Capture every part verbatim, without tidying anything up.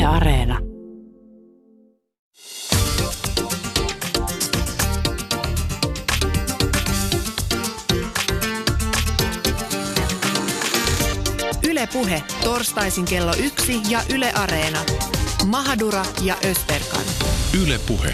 Areena. Yle Puhe, torstaisin kello yksi ja Yle Areena. Mahadura ja Ösberkan. Yle Puhe.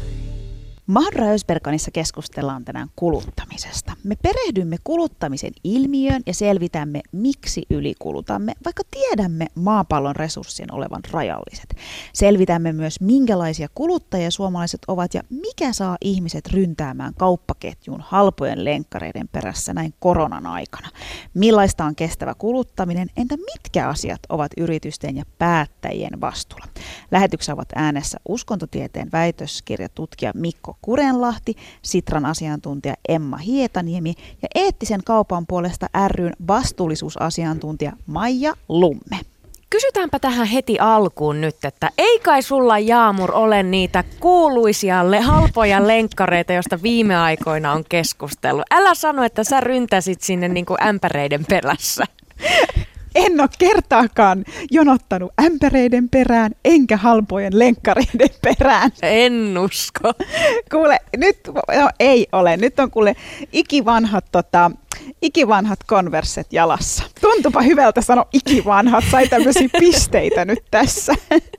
Mahadura Ösberkanissa keskustellaan tänään kuluttamisesta. Me perehdymme kuluttamisen ilmiöön ja selvitämme, miksi ylikulutamme, vaikka tiedämme maapallon resurssien olevan rajalliset. Selvitämme myös, minkälaisia kuluttajia suomalaiset ovat ja mikä saa ihmiset ryntäämään kauppaketjuun halpojen lenkkareiden perässä näin koronan aikana. Millaista on kestävä kuluttaminen, entä mitkä asiat ovat yritysten ja päättäjien vastuulla? Lähetyksessä ovat äänessä uskontotieteen väitöskirjatutkija Mikko Kurenlahti, Sitran asiantuntija Emma Hietaniemi ja eettisen kaupan puolesta ry:n vastuullisuusasiantuntija Maija Lumme. Kysytäänpä tähän heti alkuun nyt, että ei kai sulla, Jaamur, ole niitä kuuluisia halpoja lenkkareita, joista viime aikoina on keskustellut. Älä sano, että sä ryntäsit sinne niin kuin ämpäreiden perässä. En ole kertaakaan jonottanut ämpäreiden perään, enkä halpojen lenkkareiden perään. En usko. Kuule, nyt no, ei ole. Nyt on kuule ikivanhat, tota, ikivanhat Converset jalassa. Tuntupa hyvältä sanoa ikivanhat. Sai tämmöisiä pisteitä nyt tässä.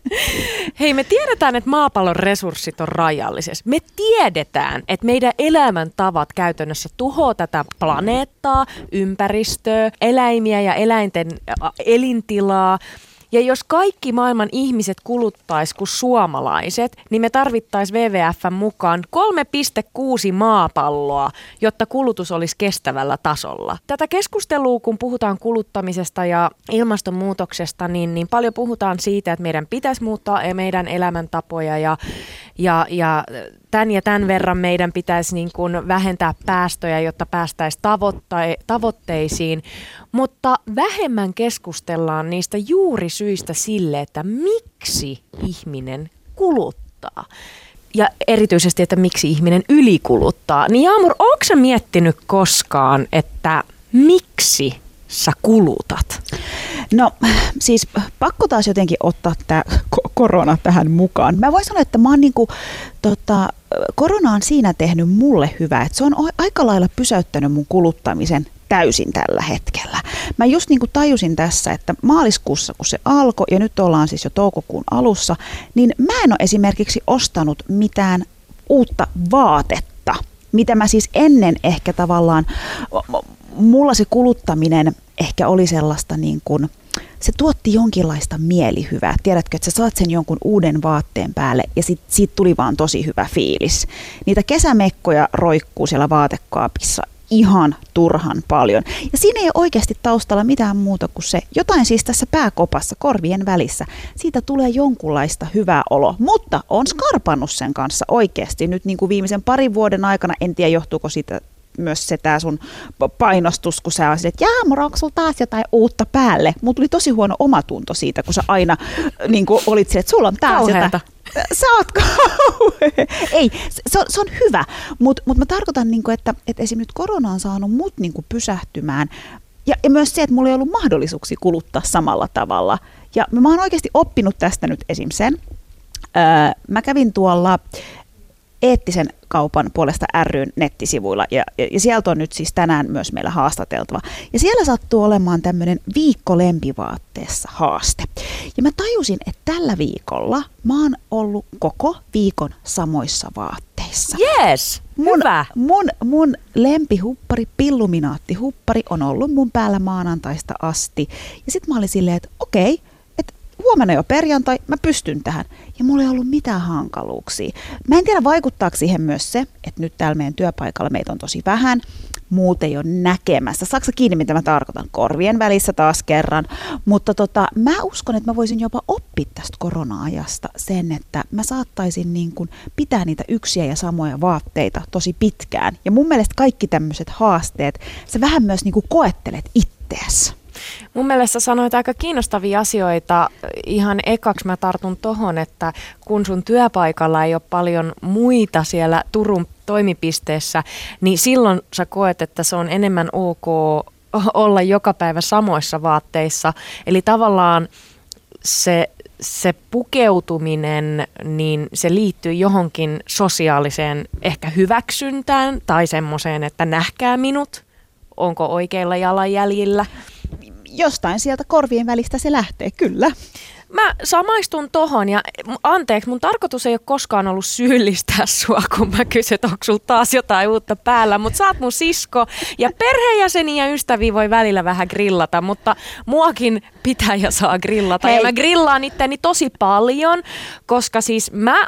Hei, me tiedetään, että maapallon resurssit on rajalliset. Me tiedetään, että meidän elämäntavat käytännössä tuhoaa tätä planeettaa, ympäristöä, eläimiä ja eläinten elintilaa. Ja jos kaikki maailman ihmiset kuluttaisi kuin suomalaiset, niin me tarvittaisiin W W F:n mukaan kolme pilkku kuusi maapalloa, jotta kulutus olisi kestävällä tasolla. Tätä keskustelua, kun puhutaan kuluttamisesta ja ilmastonmuutoksesta, niin, niin paljon puhutaan siitä, että meidän pitäisi muuttaa meidän elämäntapoja ja, ja, ja tämän ja tämän verran meidän pitäisi niin kuin vähentää päästöjä, jotta päästäisiin tavoitte- tavoitteisiin, mutta vähemmän keskustellaan niistä juurisyistä sille, että miksi ihminen kuluttaa. Ja erityisesti, että miksi ihminen ylikuluttaa. Niin Jaamur, ootko sä miettinyt koskaan, että miksi sä kulutat? No siis pakko taas jotenkin ottaa tämä korona tähän mukaan. Mä voin sanoa, että mä oon niinku, tota, korona on siinä tehnyt mulle hyvää, että se on aika lailla pysäyttänyt mun kuluttamisen täysin tällä hetkellä. Mä just niin kuin tajusin tässä, että maaliskuussa kun se alkoi ja nyt ollaan siis jo toukokuun alussa, niin mä en ole esimerkiksi ostanut mitään uutta vaatetta, mitä mä siis ennen ehkä tavallaan, mulla se kuluttaminen ehkä oli sellaista niin kuin, se tuotti jonkinlaista mielihyvää. Tiedätkö, että sä saat sen jonkun uuden vaatteen päälle ja sit, siitä tuli vaan tosi hyvä fiilis. Niitä kesämekkoja roikkuu siellä vaatekaapissa ihan turhan paljon. Ja siinä ei ole oikeasti taustalla mitään muuta kuin se, jotain siis tässä pääkopassa, korvien välissä. Siitä tulee jonkunlaista hyvää olo, mutta on skarpannut sen kanssa oikeasti nyt niin kuin viimeisen parin vuoden aikana. En tiedä, johtuuko siitä myös se tää sun painostus, kun sä olisit, että Jaamur, onko sulla taas jotain uutta päälle? Mulla tuli tosi huono omatunto siitä, kun sä aina niin kuin olit se, että sulla on taas Kauheata. jotain. Sä oot kauhea. Ei, se on, se on hyvä, mutta mut mä tarkoitan, niin kuin, että, että esimerkiksi korona on saanut mut niin kuin pysähtymään. Ja, ja myös se, että mulla ei ollut mahdollisuuksia kuluttaa samalla tavalla. Ja mä oon oikeasti oppinut tästä nyt esim. Sen. Öö, mä kävin tuolla eettisen kaupan puolesta ry:n nettisivuilla ja, ja, ja sieltä on nyt siis tänään myös meillä haastateltava. Ja siellä sattuu olemaan tämmöinen viikko lempivaatteessa haaste. Ja mä tajusin, että tällä viikolla mä oon ollut koko viikon samoissa vaatteissa. Yes, mun, hyvä. Mun, mun lempihuppari, pilluminaattihuppari on ollut mun päällä maanantaista asti. Ja sit mä olin silleen, että okei, huomenna jo perjantai, mä pystyn tähän. Ja mulla ei ollut mitään hankaluuksia. Mä en tiedä, vaikuttaako siihen myös se, että nyt täällä meidän työpaikalla meitä on tosi vähän. Muut ei ole näkemässä. Saatko kiinni, mitä mä tarkoitan? Korvien välissä taas kerran. Mutta tota, mä uskon, että mä voisin jopa oppia tästä korona-ajasta sen, että mä saattaisin niin kuin pitää niitä yksiä ja samoja vaatteita tosi pitkään. Ja mun mielestä kaikki tämmöiset haasteet, sä vähän myös niin kuin koettelet itseäsi. Mun mielestä sanoit aika kiinnostavia asioita. Ihan ekaksi mä tartun tohon, että kun sun työpaikalla ei ole paljon muita siellä Turun toimipisteessä, niin silloin sä koet, että se on enemmän ok olla joka päivä samoissa vaatteissa. Eli tavallaan se, se pukeutuminen, niin se liittyy johonkin sosiaaliseen ehkä hyväksyntään tai semmoiseen, että nähkää minut, onko oikeilla jalanjäljillä. Jostain sieltä korvien välistä se lähtee, kyllä. Mä samaistun tohon ja anteeksi, mun tarkoitus ei ole koskaan ollut syyllistää sua, kun mä kysyn, että onko sulla taas jotain uutta päällä, mutta sä oot mun sisko ja perheenjäseniä ja ystäviä voi välillä vähän grillata, mutta muakin pitää ja saa grillata. Hei. Ja mä grillaan itteni tosi paljon, koska siis mä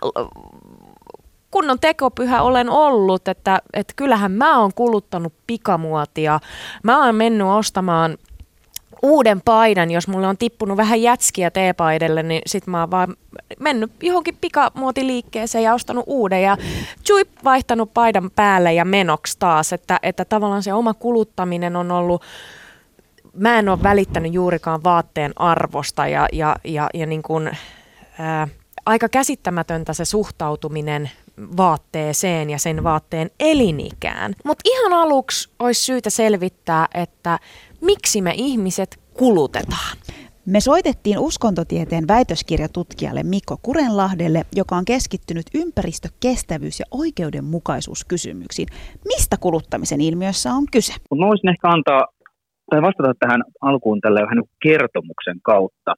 kunnon tekopyhä olen ollut, että, että kyllähän mä oon kuluttanut pikamuotia. Mä oon mennyt ostamaan uuden paidan, jos mulle on tippunut vähän jätskiä teepaidelle, niin sit mä oon vaan mennyt johonkin pikamuotiliikkeeseen ja ostanut uuden ja tjuip, vaihtanut paidan päälle ja menoksi taas, että, että tavallaan se oma kuluttaminen on ollut, mä en ole välittänyt juurikaan vaatteen arvosta ja, ja, ja, ja niin kuin, ää, aika käsittämätöntä se suhtautuminen vaatteeseen ja sen vaatteen elinikään. Mutta ihan aluksi olisi syytä selvittää, että miksi me ihmiset kulutetaan. Me soitettiin uskontotieteen väitöskirjatutkijalle Mikko Kurenlahdelle, joka on keskittynyt ympäristö-, kestävyys- ja oikeudenmukaisuuskysymyksiin. Mistä kuluttamisen ilmiössä on kyse? Mä voisin ehkä antaa tai vastata tähän alkuun tällä vähän kertomuksen kautta.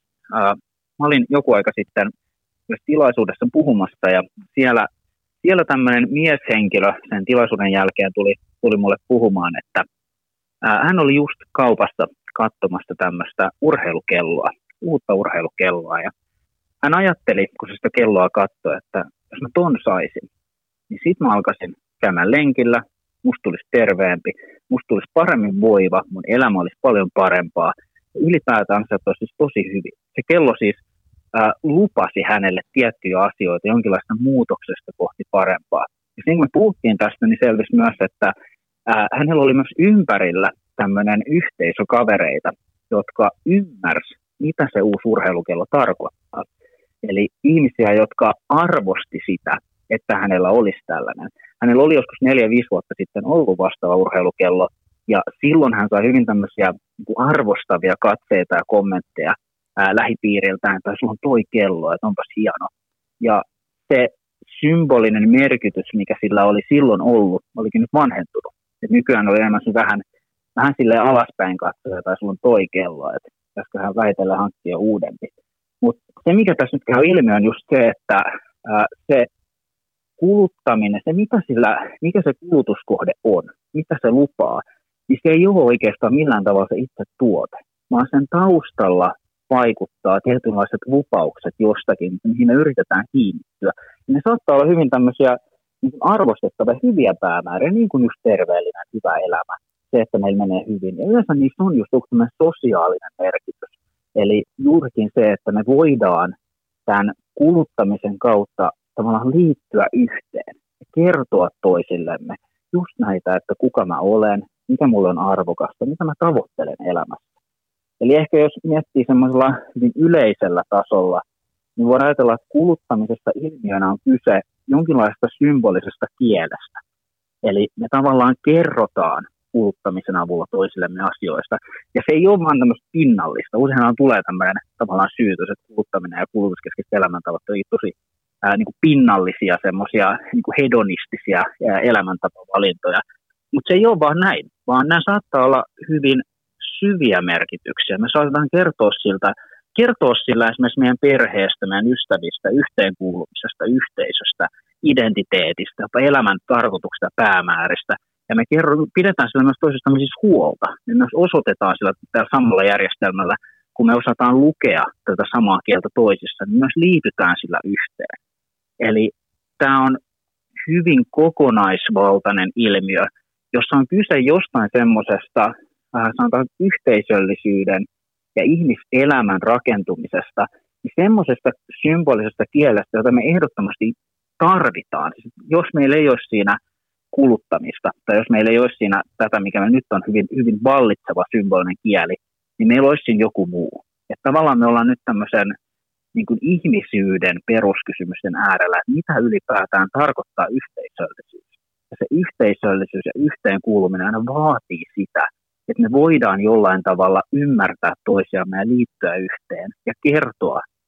Mä olin joku aika sitten tilaisuudessa puhumassa ja siellä, siellä tämmöinen mieshenkilö sen tilaisuuden jälkeen tuli, tuli mulle puhumaan, että ää, hän oli just kaupassa katsomassa tämmöistä urheilukelloa, uutta urheilukelloa ja hän ajatteli, kun se sitä kelloa katsoi, että jos mä ton saisin, niin sit mä alkaisin käymään lenkillä, musta tulisi terveempi, musta tulisi paremmin voiva, mun elämä olisi paljon parempaa. Ylipäätään se olisi siis tosi hyvin. Se kello siis ää, lupasi hänelle tiettyjä asioita, jonkinlaista muutoksesta kohti parempaa. Ja siinä kun me puhuttiin tästä, niin selvisi myös, että ää, hänellä oli myös ympärillä tämmöinen yhteisö kavereita, jotka ymmärsi, mitä se uusi urheilukello tarkoittaa. Eli ihmisiä, jotka arvosti sitä, että hänellä olisi tällainen. Hänellä oli joskus neljä viisi vuotta sitten ollut vastaava urheilukello, ja silloin hän sai hyvin tämmöisiä niin arvostavia katseita ja kommentteja ää, lähipiiriltään, että sulla on toi kello, että onpas hieno. Ja se symbolinen merkitys, mikä sillä oli silloin ollut, olikin nyt vanhentunut. Et nykyään oli enemmän vähän, vähän silleen alaspäin katsoja, tai sulla on toi kello, että pitäisiköhän vähitellen hankkia uudempi. Mutta se, mikä tässä nyt käy ilmi, on just se, että ää, se kuluttaminen, se mitä sillä, mikä se kulutuskohde on, mitä se lupaa, niin se ei ole oikeastaan millään tavalla se itse tuote, vaan sen taustalla vaikuttaa tietynlaiset lupaukset jostakin, mihin me yritetään kiinnittyä. Ja ne saattaa olla hyvin tämmöisiä niin arvostettavia hyviä päämääriä, niin kuin just terveellinen, hyvä elämä, se, että meillä menee hyvin. Ja yleensä niissä on just tämmöinen sosiaalinen merkitys. Eli juurikin se, että me voidaan tämän kuluttamisen kautta tavallaan liittyä yhteen ja kertoa toisillemme just näitä, että kuka mä olen, mikä mulle on arvokasta, mitä mä tavoittelen elämässä. Eli ehkä jos miettii semmoisella hyvin yleisellä tasolla, niin voidaan ajatella, että kuluttamisesta ilmiönä on kyse jonkinlaista symbolisesta kielestä. Eli me tavallaan kerrotaan kuluttamisen avulla toisillemme asioista. Ja se ei ole vaan tämmöistä pinnallista. Useinhan tulee tämmöinen tavallaan syytös, että kuluttaminen ja kulutuskeskeiset elämäntavat on tosi ää, niin kuin pinnallisia, semmoisia niin kuin hedonistisia ää, elämäntapavalintoja. Mutta se ei ole vaan näin, vaan nämä saattaa olla hyvin syviä merkityksiä. Me saatetaan kertoa siltä, kertoa sillä esimerkiksi meidän perheestä, meidän ystävistä, yhteenkuulumisesta, yhteisöstä, identiteetistä, jopa elämän tarkoituksesta ja päämääristä. Ja me kerro, pidetään sillä myös toisestamme siis huolta. Me myös osoitetaan sillä tällä samalla järjestelmällä, kun me osataan lukea tätä samaa kieltä toisissa, niin myös liitytään sillä yhteen. Eli tämä on hyvin kokonaisvaltainen ilmiö, jossa on kyse jostain semmoisesta, äh, sanotaan yhteisöllisyyden ja ihmiselämän rakentumisesta, niin semmoisesta symbolisesta kielestä, jota me ehdottomasti tarvitaan. Siis jos meillä ei ole siinä kuluttamista, tai jos meillä ei olisi siinä tätä, mikä me nyt on hyvin, hyvin vallitseva symbolinen kieli, niin meillä olisi siinä joku muu. Että tavallaan me ollaan nyt tämmöisen niin kuin ihmisyyden peruskysymysten äärellä, että mitä ylipäätään tarkoittaa yhteisöllisyys. Ja se yhteisöllisyys ja yhteenkuuluminen aina vaatii sitä, että me voidaan jollain tavalla ymmärtää toisiamme ja liittyä yhteen ja kertoa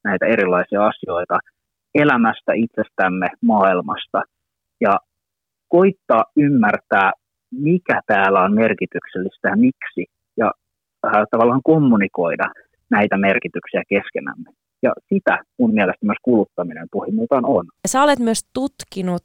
näitä erilaisia asioita elämästä, itsestämme, maailmasta ja koittaa ymmärtää, mikä täällä on merkityksellistä ja miksi ja äh, tavallaan kommunikoida näitä merkityksiä keskenämme. Ja sitä mun mielestä myös kuluttaminen pohjimmiltaan on. Sä olet myös tutkinut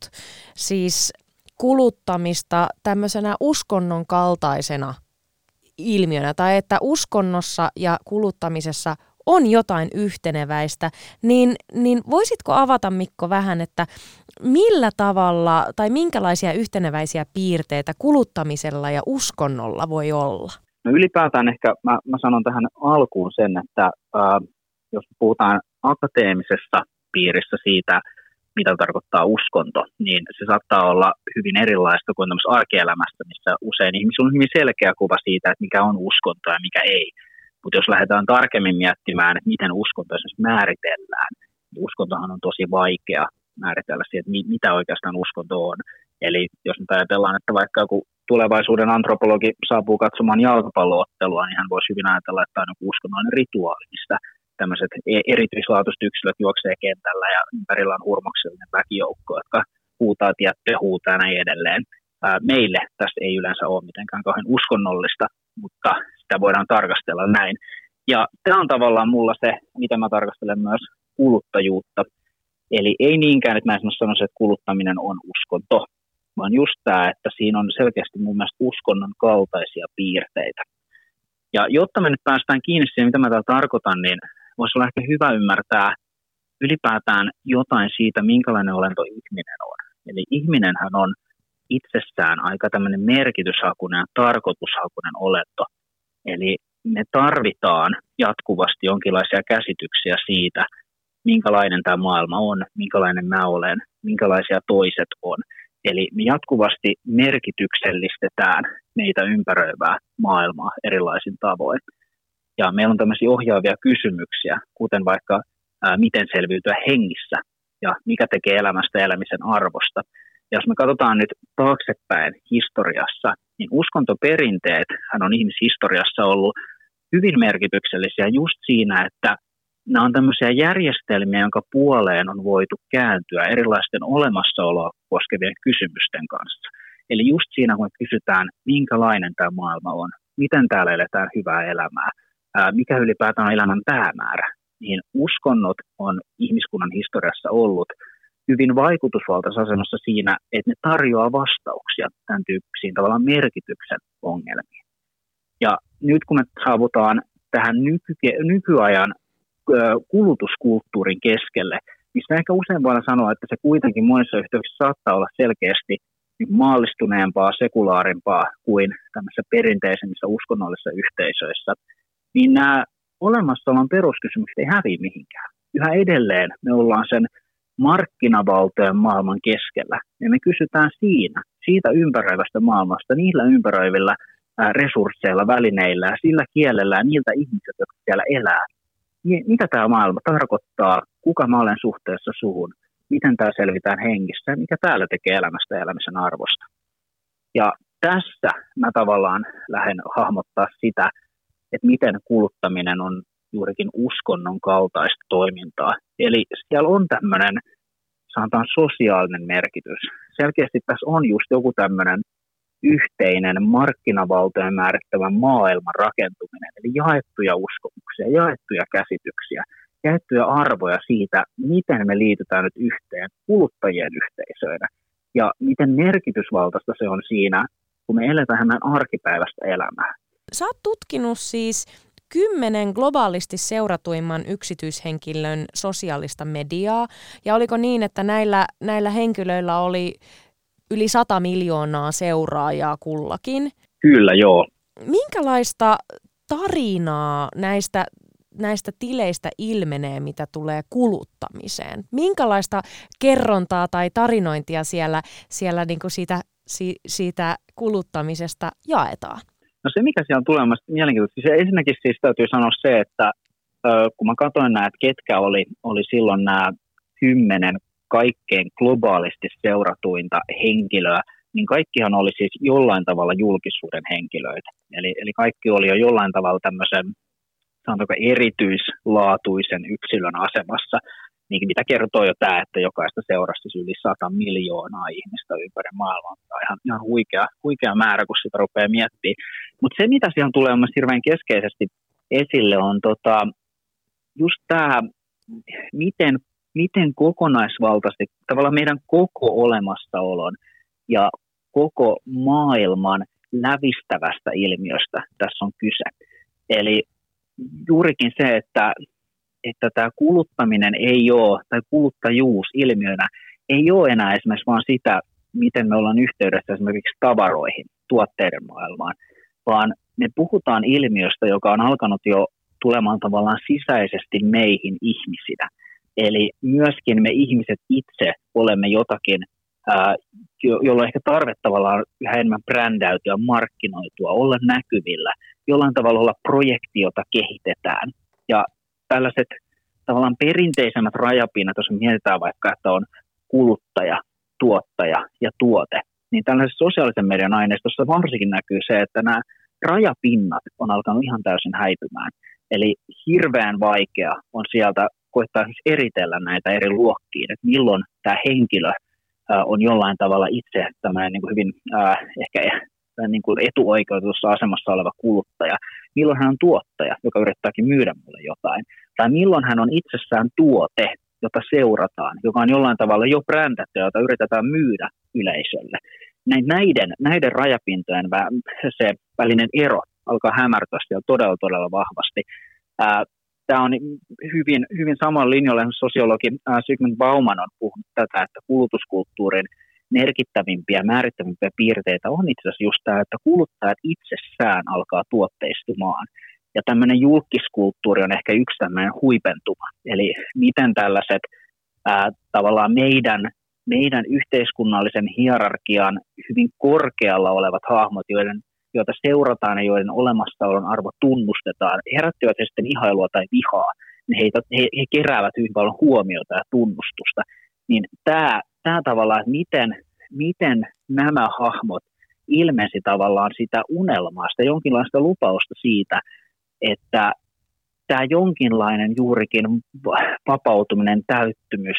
siis kuluttamista tämmöisenä uskonnon kaltaisena ilmiönä, tai että uskonnossa ja kuluttamisessa on jotain yhteneväistä, niin, niin voisitko avata, Mikko, vähän, että millä tavalla tai minkälaisia yhteneväisiä piirteitä kuluttamisella ja uskonnolla voi olla? No ylipäätään ehkä mä, mä sanon tähän alkuun sen, että äh, jos puhutaan akateemisessa piirissä siitä, mitä tarkoittaa uskonto, niin se saattaa olla hyvin erilaista kuin tämmöisessä arkielämässä, missä usein ihmisillä on hyvin selkeä kuva siitä, että mikä on uskonto ja mikä ei. Mutta jos lähdetään tarkemmin miettimään, että miten uskonto esimerkiksi määritellään, niin uskontohan on tosi vaikea määritellä siihen, että mitä oikeastaan uskonto on. Eli jos nyt ajatellaan, että vaikka joku tulevaisuuden antropologi saapuu katsomaan jalkapalloottelua, niin hän voisi hyvin ajatella, että on joku uskonnollinen rituaali, mistä tämmöiset erityislaatuiset yksilöt juoksee kentällä ja ympärillä on hurmoksellinen väkijoukko, jotka huutaa tiettyjä huutaa ja näin edelleen. Meille tässä ei yleensä ole mitenkään kauhean uskonnollista, mutta sitä voidaan tarkastella näin. Ja tämä on tavallaan mulla se, mitä mä tarkastelen myös kuluttajuutta. Eli ei niinkään, että mä esimerkiksi sanoisin, että kuluttaminen on uskonto, vaan just tämä, että siinä on selkeästi mun mielestä uskonnon kaltaisia piirteitä. Ja jotta me nyt päästään kiinni siihen, mitä mä täällä tarkoitan, niin voisi olla ehkä hyvä ymmärtää ylipäätään jotain siitä, minkälainen olento ihminen on. Eli ihminenhän on itsessään aika tämmöinen merkityshakuinen ja tarkoitushakuinen olento. Eli me tarvitaan jatkuvasti jonkinlaisia käsityksiä siitä, minkälainen tämä maailma on, minkälainen mä olen, minkälaisia toiset on. Eli me jatkuvasti merkityksellistetään meitä ympäröivää maailmaa erilaisin tavoin. Ja meillä on tämmöisiä ohjaavia kysymyksiä, kuten vaikka ää, miten selviytyä hengissä ja mikä tekee elämästä elämisen arvosta. Ja jos me katsotaan nyt taaksepäin historiassa, niin uskontoperinteet hän on ihmishistoriassa ollut hyvin merkityksellisiä just siinä, että nämä on tämmöisiä järjestelmiä, jonka puoleen on voitu kääntyä erilaisten olemassaoloa koskevien kysymysten kanssa. Eli just siinä, kun me kysytään, minkälainen tämä maailma on, miten täällä eletään hyvää elämää, ää, mikä ylipäätään on elämän päämäärä, niin uskonnot on ihmiskunnan historiassa ollut hyvin vaikutusvaltaisessa asemassa siinä, että ne tarjoaa vastauksia tämän tyyppisiin tavallaan merkityksen ongelmiin. Ja nyt kun me saavutaan tähän nyky- nykyajan kulutuskulttuurin keskelle, mistä ehkä usein voidaan sanoa, että se kuitenkin monissa yhteyksissä saattaa olla selkeästi maallistuneempaa, sekulaarimpaa kuin tämmöisissä perinteisemmissä uskonnollisissa yhteisöissä, niin nämä olemassaolon peruskysymykset ei häviä mihinkään. Yhä edelleen me ollaan sen markkinavaltojen maailman keskellä, ja me kysytään siinä, siitä ympäröivästä maailmasta, niillä ympäröivillä resursseilla, välineillä ja sillä kielellä ja niiltä ihmisiltä, jotka siellä elää. Mitä tämä maailma tarkoittaa, kuka mä olen suhteessa suhun, miten tämä selvitään hengissä ja mikä täällä tekee elämästä ja elämisen arvosta. Ja tässä mä tavallaan lähden hahmottaa sitä, että miten kuluttaminen on juurikin uskonnon kaltaista toimintaa. Eli siellä on tämmöinen, sanotaan sosiaalinen merkitys. Selkeästi tässä on just joku tämmöinen yhteinen markkinavaltojen määrittävän maailman rakentuminen, eli jaettuja uskomuksia, jaettuja käsityksiä, jaettuja arvoja siitä, miten me liitytään nyt yhteen kuluttajien yhteisöinä, ja miten merkitysvaltaista se on siinä, kun me eletään meidän arkipäiväistä elämää. Sä oot tutkinut siis kymmenen globaalisti seuratuimman yksityishenkilön sosiaalista mediaa, ja oliko niin, että näillä, näillä henkilöillä oli yli sata miljoonaa seuraajaa kullakin? Kyllä, joo. Minkälaista tarinaa näistä, näistä tileistä ilmenee, mitä tulee kuluttamiseen? Minkälaista kerrontaa tai tarinointia siellä, siellä niin kuin siitä, siitä kuluttamisesta jaetaan? No se, mikä siellä on tulemassa mielenkiintoisesti, se ensinnäkin siis täytyy sanoa se, että kun mä katsoin nämä, että ketkä oli, oli silloin nämä kymmenen kaikkein globaalisti seuratuinta henkilöä, niin kaikkihan oli siis jollain tavalla julkisuuden henkilöitä. Eli, eli kaikki oli jo jollain tavalla tämmöisen, sanotaanko erityislaatuisen yksilön asemassa, niin mitä kertoo jo tämä, että jokaista seurasta yli sata miljoonaa ihmistä ympäri maailmaa. Tämä on ihan, ihan huikea, huikea määrä, kun sitä rupeaa miettimään. Mutta se, mitä siellä tulee mun hirveän keskeisesti esille, on tota, just tämä, miten, miten kokonaisvaltaisesti tavallaan meidän koko olemassaolon ja koko maailman lävistävästä ilmiöstä tässä on kyse. Eli juurikin se, että että tämä kuluttaminen ei ole, tai kuluttajuus ilmiönä ei ole enää esimerkiksi vaan sitä, miten me ollaan yhteydessä esimerkiksi tavaroihin, tuotteiden maailmaan, vaan me puhutaan ilmiöstä, joka on alkanut jo tulemaan tavallaan sisäisesti meihin ihmisinä. Eli myöskin me ihmiset itse olemme jotakin, ää, jo, jolla on ehkä tarve tavallaan yhä enemmän brändäytyä, markkinoitua, olla näkyvillä, jollain tavalla olla projekti, jota kehitetään. Ja tällaiset tavallaan perinteisemmät rajapinnat, jos mietitään vaikka, että on kuluttaja, tuottaja ja tuote, niin tällaisessa sosiaalisen median aineistossa varsinkin näkyy se, että nämä rajapinnat on alkanut ihan täysin häipymään. Eli hirveän vaikea on sieltä koittaa eritellä näitä eri luokkiin, että milloin tämä henkilö on jollain tavalla itse tämmöinen niin kuin hyvin äh, ehkä niin kuin etuoikeutetussa asemassa oleva kuluttaja, milloin hän on tuottaja, joka yrittääkin myydä mulle jotain, tai milloin hän on itsessään tuote, jota seurataan, joka on jollain tavalla jo brändätty, jota yritetään myydä yleisölle. Näiden, näiden rajapintojen se välinen ero alkaa hämärtyä siellä todella, todella vahvasti. Tämä on hyvin, hyvin saman linjalla, sosiologi Zygmunt Bauman on puhunut tätä, että kulutuskulttuurin merkittävimpiä, määrittävimpiä piirteitä on itse asiassa just tämä, että kuluttajat itsessään alkaa tuotteistumaan. Ja tämmöinen julkiskulttuuri on ehkä yksi tämmöinen huipentuma. Eli miten tällaiset ää, tavallaan meidän, meidän yhteiskunnallisen hierarkian hyvin korkealla olevat hahmot, joiden, joita seurataan ja joiden olemassaolon arvo tunnustetaan, herättivät he sitten ihailua tai vihaa, niin heitä, he, he keräävät hyvin paljon huomiota ja tunnustusta. Niin tämä Tämä tavallaan, että miten, miten nämä hahmot ilmensi tavallaan sitä unelmaa, sitä jonkinlaista lupausta siitä, että tämä jonkinlainen juurikin vapautuminen, täyttymys,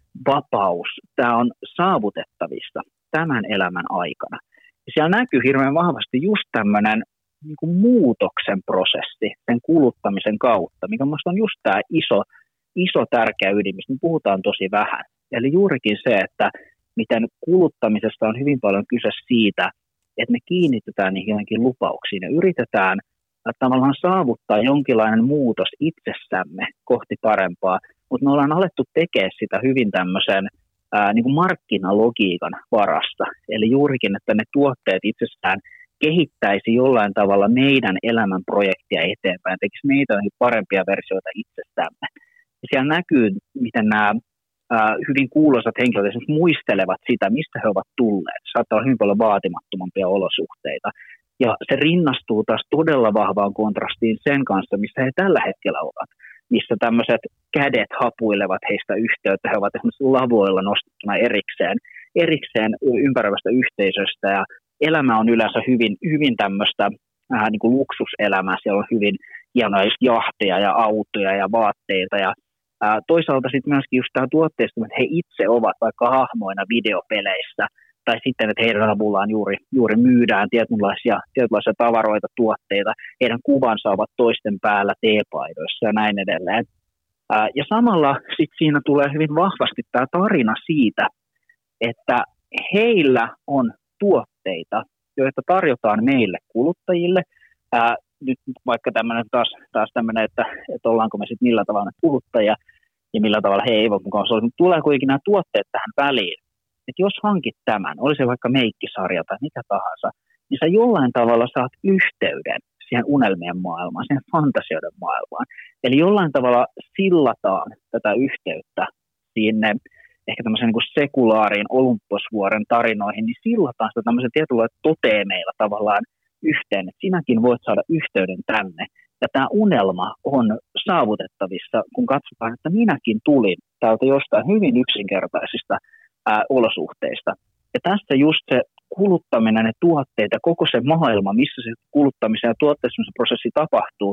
vapaus, tämä on saavutettavissa tämän elämän aikana. Ja siellä näkyy hirveän vahvasti just tämmöinen niin kuin muutoksen prosessi sen kuluttamisen kautta, mikä minusta on just tämä iso, iso tärkeä ydin, mistä me puhutaan tosi vähän. Eli juurikin se, että miten kuluttamisesta on hyvin paljon kyse siitä, että me kiinnitetään niihin johonkin lupauksiin ja yritetään tavallaan saavuttaa jonkinlainen muutos itsessämme kohti parempaa, mutta me ollaan alettu tekemään sitä hyvin tämmöisen ää, niin kuin markkinalogiikan varasta. Eli juurikin, että ne tuotteet itsessään kehittäisi jollain tavalla meidän elämän projektia eteenpäin, tekisi meitä parempia versioita itsestämme. Ja siellä näkyy, miten nämä ää, hyvin kuuluisat henkilöt esimerkiksi muistelevat sitä, mistä he ovat tulleet. Saattaa olla hyvin paljon vaatimattomampia olosuhteita. Ja se rinnastuu taas todella vahvaan kontrastiin sen kanssa, missä he tällä hetkellä ovat. Missä tämmöiset kädet hapuilevat heistä yhteyttä. He ovat esimerkiksi lavoilla nostettuna erikseen, erikseen ympäröivästä yhteisöstä. Ja elämä on yleensä hyvin, hyvin tämmöistä äh, niin kuin luksuselämää. Siellä on hyvin hienoja jahteja ja autoja ja vaatteita. Ja äh, toisaalta sitten myöskin just tämä tuotteistuminen, että he itse ovat vaikka hahmoina videopeleissä. Tai sitten, että heidän avullaan juuri, juuri myydään tietynlaisia, tietynlaisia tavaroita, tuotteita. Heidän kuvansa ovat toisten päällä teepaidoissa ja näin edelleen. Ää, ja samalla sit siinä tulee hyvin vahvasti tämä tarina siitä, että heillä on tuotteita, joita tarjotaan meille kuluttajille. Ää, nyt vaikka tämmöinen taas, taas tämmöinen, että, että ollaanko me sitten millä tavalla kuluttajia ja millä tavalla he eivät mukaan olla. Mutta tulee kuitenkin nämä tuotteet tähän väliin. Että jos hankit tämän, oli se vaikka meikkisarja tai mitä tahansa, niin sä jollain tavalla saat yhteyden siihen unelmien maailmaan, siihen fantasioiden maailmaan. Eli jollain tavalla sillataan tätä yhteyttä sinne ehkä tämmöisen niin kuin sekulaariin Olymposvuoren tarinoihin, niin sillataan sitä tämmöisen tietynlailla toteemeilla tavallaan yhteen, että sinäkin voit saada yhteyden tänne. Ja tämä unelma on saavutettavissa, kun katsotaan, että minäkin tulin täältä jostain hyvin yksinkertaisista Ää, olosuhteista. Ja tässä just se kuluttaminen ja tuotteet ja koko se maailma, missä se kuluttamisen ja tuotteistumisen prosessi tapahtuu,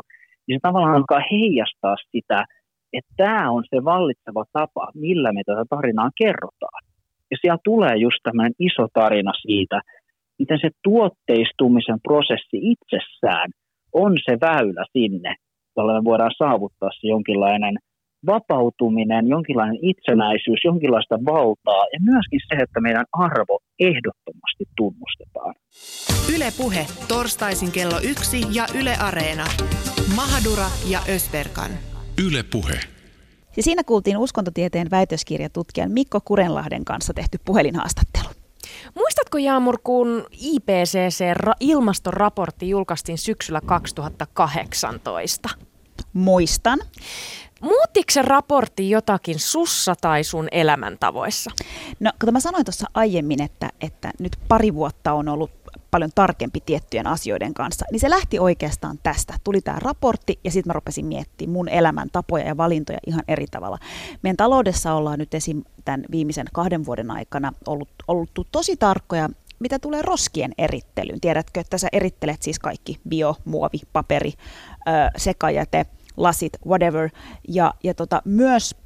niin se tavallaan alkaa heijastaa sitä, että tämä on se vallitseva tapa, millä me tätä tarinaa kerrotaan. Ja siellä tulee just tämmöinen iso tarina siitä, miten se tuotteistumisen prosessi itsessään on se väylä sinne, jolla me voidaan saavuttaa se jonkinlainen vapautuminen, jonkinlainen itsenäisyys, jonkinlaista valtaa ja myöskin se, että meidän arvo ehdottomasti tunnustetaan. Yle Puhe, torstaisin kello yksi ja Yle Areena. Mahadura ja Ösberkan. Yle Puhe. Ja siinä kuultiin uskontotieteen väitöskirjatutkijan Mikko Kurenlahden kanssa tehty puhelinhaastattelu. Muistatko, Jaamur, kun I P C C-ilmastoraportti julkaistiin syksyllä kaksituhattakahdeksantoista? Muistan. Muuttiko se raportti jotakin sussa tai sun elämäntavoissa? No, kun mä sanoin tuossa aiemmin, että, että nyt pari vuotta on ollut paljon tarkempi tiettyjen asioiden kanssa, niin se lähti oikeastaan tästä. Tuli tämä raportti ja sitten mä rupesin miettimään mun elämäntapoja ja valintoja ihan eri tavalla. Meidän taloudessa ollaan nyt esim. Tämän viimeisen kahden vuoden aikana ollut, ollut tosi tarkkoja, mitä tulee roskien erittelyyn. Tiedätkö, että sä erittelet siis kaikki bio, muovi, paperi, ö, sekajäte, lasit, whatever. Ja, ja tota, myös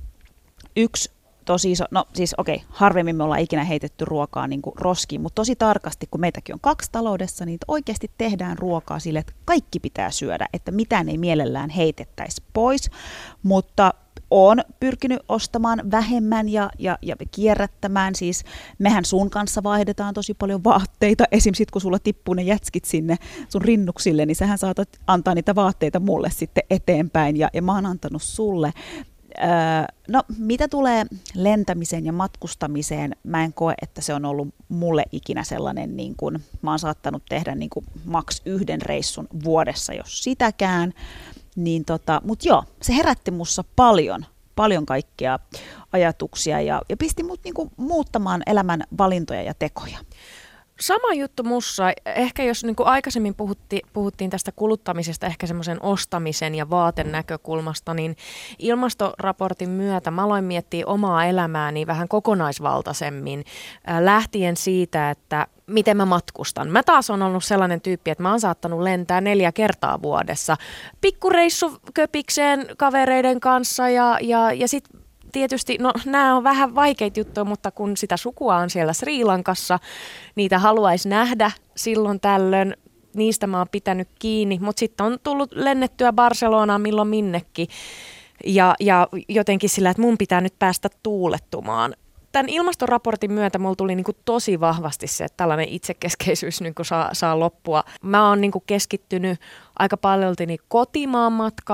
yksi tosi iso, no siis okei, okay, harvemmin me ollaan ikinä heitetty ruokaa niin kuin roskiin, mutta tosi tarkasti, kun meitäkin on kaksi taloudessa, niin oikeasti tehdään ruokaa sille, että kaikki pitää syödä, että mitään ei mielellään heitettäisi pois, mutta olen pyrkinyt ostamaan vähemmän ja, ja, ja kierrättämään, siis mehän sun kanssa vaihdetaan tosi paljon vaatteita, esim. Sit kun sulla tippuu ne jätskit sinne sun rinnuksille, niin sähän saatat antaa niitä vaatteita mulle sitten eteenpäin ja, ja mä oon antanut sulle. Öö, no mitä tulee lentämiseen ja matkustamiseen, mä en koe, että se on ollut mulle ikinä sellainen, niin kuin, mä oon saattanut tehdä niin kuin maks yhden reissun vuodessa, jos sitäkään. Niin tota, mutta joo, se herätti mussa paljon, paljon kaikkia ajatuksia ja, ja pisti mut niinku muuttamaan elämän valintoja ja tekoja. Sama juttu mussa. Ehkä jos niin kuin aikaisemmin puhutti, puhuttiin tästä kuluttamisesta ehkä semmoisen ostamisen ja vaaten näkökulmasta, niin ilmastoraportin myötä mä aloin miettiä omaa elämääni vähän kokonaisvaltaisemmin äh, lähtien siitä, että miten mä matkustan. Mä taas on ollut sellainen tyyppi, että mä oon saattanut lentää neljä kertaa vuodessa pikkureissu köpikseen kavereiden kanssa ja, ja, ja sitten tietysti, no nämä on vähän vaikeita juttuja, mutta kun sitä sukua on siellä Sri Lankassa, niitä haluaisi nähdä silloin tällöin, niistä mä oon pitänyt kiinni, mutta sitten on tullut lennettyä Barcelonaan milloin minnekin ja, ja jotenkin sillä, että mun pitää nyt päästä tuulettumaan. Tämän ilmastoraportin myötä mulla tuli niinku tosi vahvasti se, että tällainen itsekeskeisyys niinku saa, saa loppua. Mä oon niinku keskittynyt aika paljolti niin kotimaan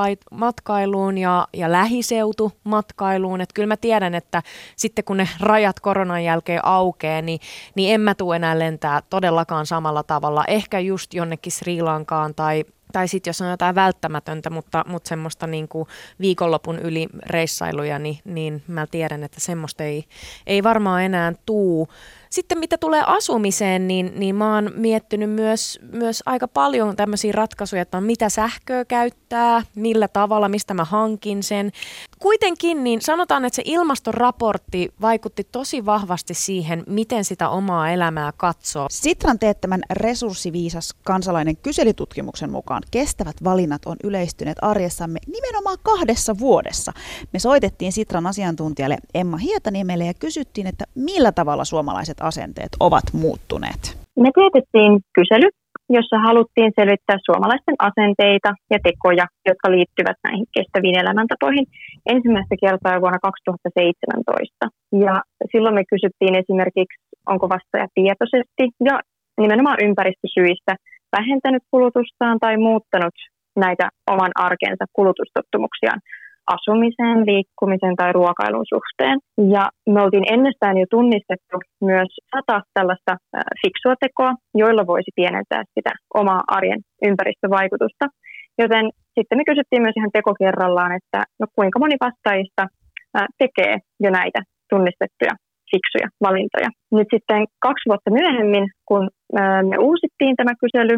matkailuun ja, ja lähiseutumatkailuun. Et kyllä mä tiedän, että sitten kun ne rajat koronan jälkeen aukeaa, niin, niin en mä tule enää lentää todellakaan samalla tavalla. Ehkä just jonnekin Sri Lankaan tai Tai sitten jos on jotain välttämätöntä, mutta, mutta semmoista niin kuin viikonlopun yli reissailuja, niin, niin mä tiedän, että semmoista ei, ei varmaan enää tuu. Sitten mitä tulee asumiseen, niin, niin mä oon miettinyt myös, myös aika paljon tämmöisiä ratkaisuja, että on mitä sähköä käyttää, millä tavalla, mistä mä hankin sen. Kuitenkin niin sanotaan, että se ilmastoraportti vaikutti tosi vahvasti siihen, miten sitä omaa elämää katsoo. Sitran teettämän resurssiviisas kansalainen kyselytutkimuksen mukaan kestävät valinnat on yleistyneet arjessamme nimenomaan kahdessa vuodessa. Me soitettiin Sitran asiantuntijalle Emma Hietaniemelle ja kysyttiin, että millä tavalla suomalaiset asenteet ovat muuttuneet. Me teetettiin kysely, jossa haluttiin selvittää suomalaisten asenteita ja tekoja, jotka liittyvät näihin kestäviin elämäntapoihin ensimmäistä kertaa vuonna kaksituhattaseitsemäntoista. Ja silloin me kysyttiin esimerkiksi, onko vastaaja tietoisesti ja nimenomaan ympäristösyistä vähentänyt kulutustaan tai muuttanut näitä oman arkensa kulutustottumuksiaan asumisen, liikkumisen tai ruokailun suhteen. Ja me oltiin ennestään jo tunnistettu myös sata tällaista fiksua tekoa, joilla voisi pienentää sitä omaa arjen ympäristövaikutusta. Joten sitten me kysyttiin myös ihan teko kerrallaan, että no kuinka moni vastaajista tekee jo näitä tunnistettuja fiksuja valintoja. Nyt sitten kaksi vuotta myöhemmin, kun me uusittiin tämä kysely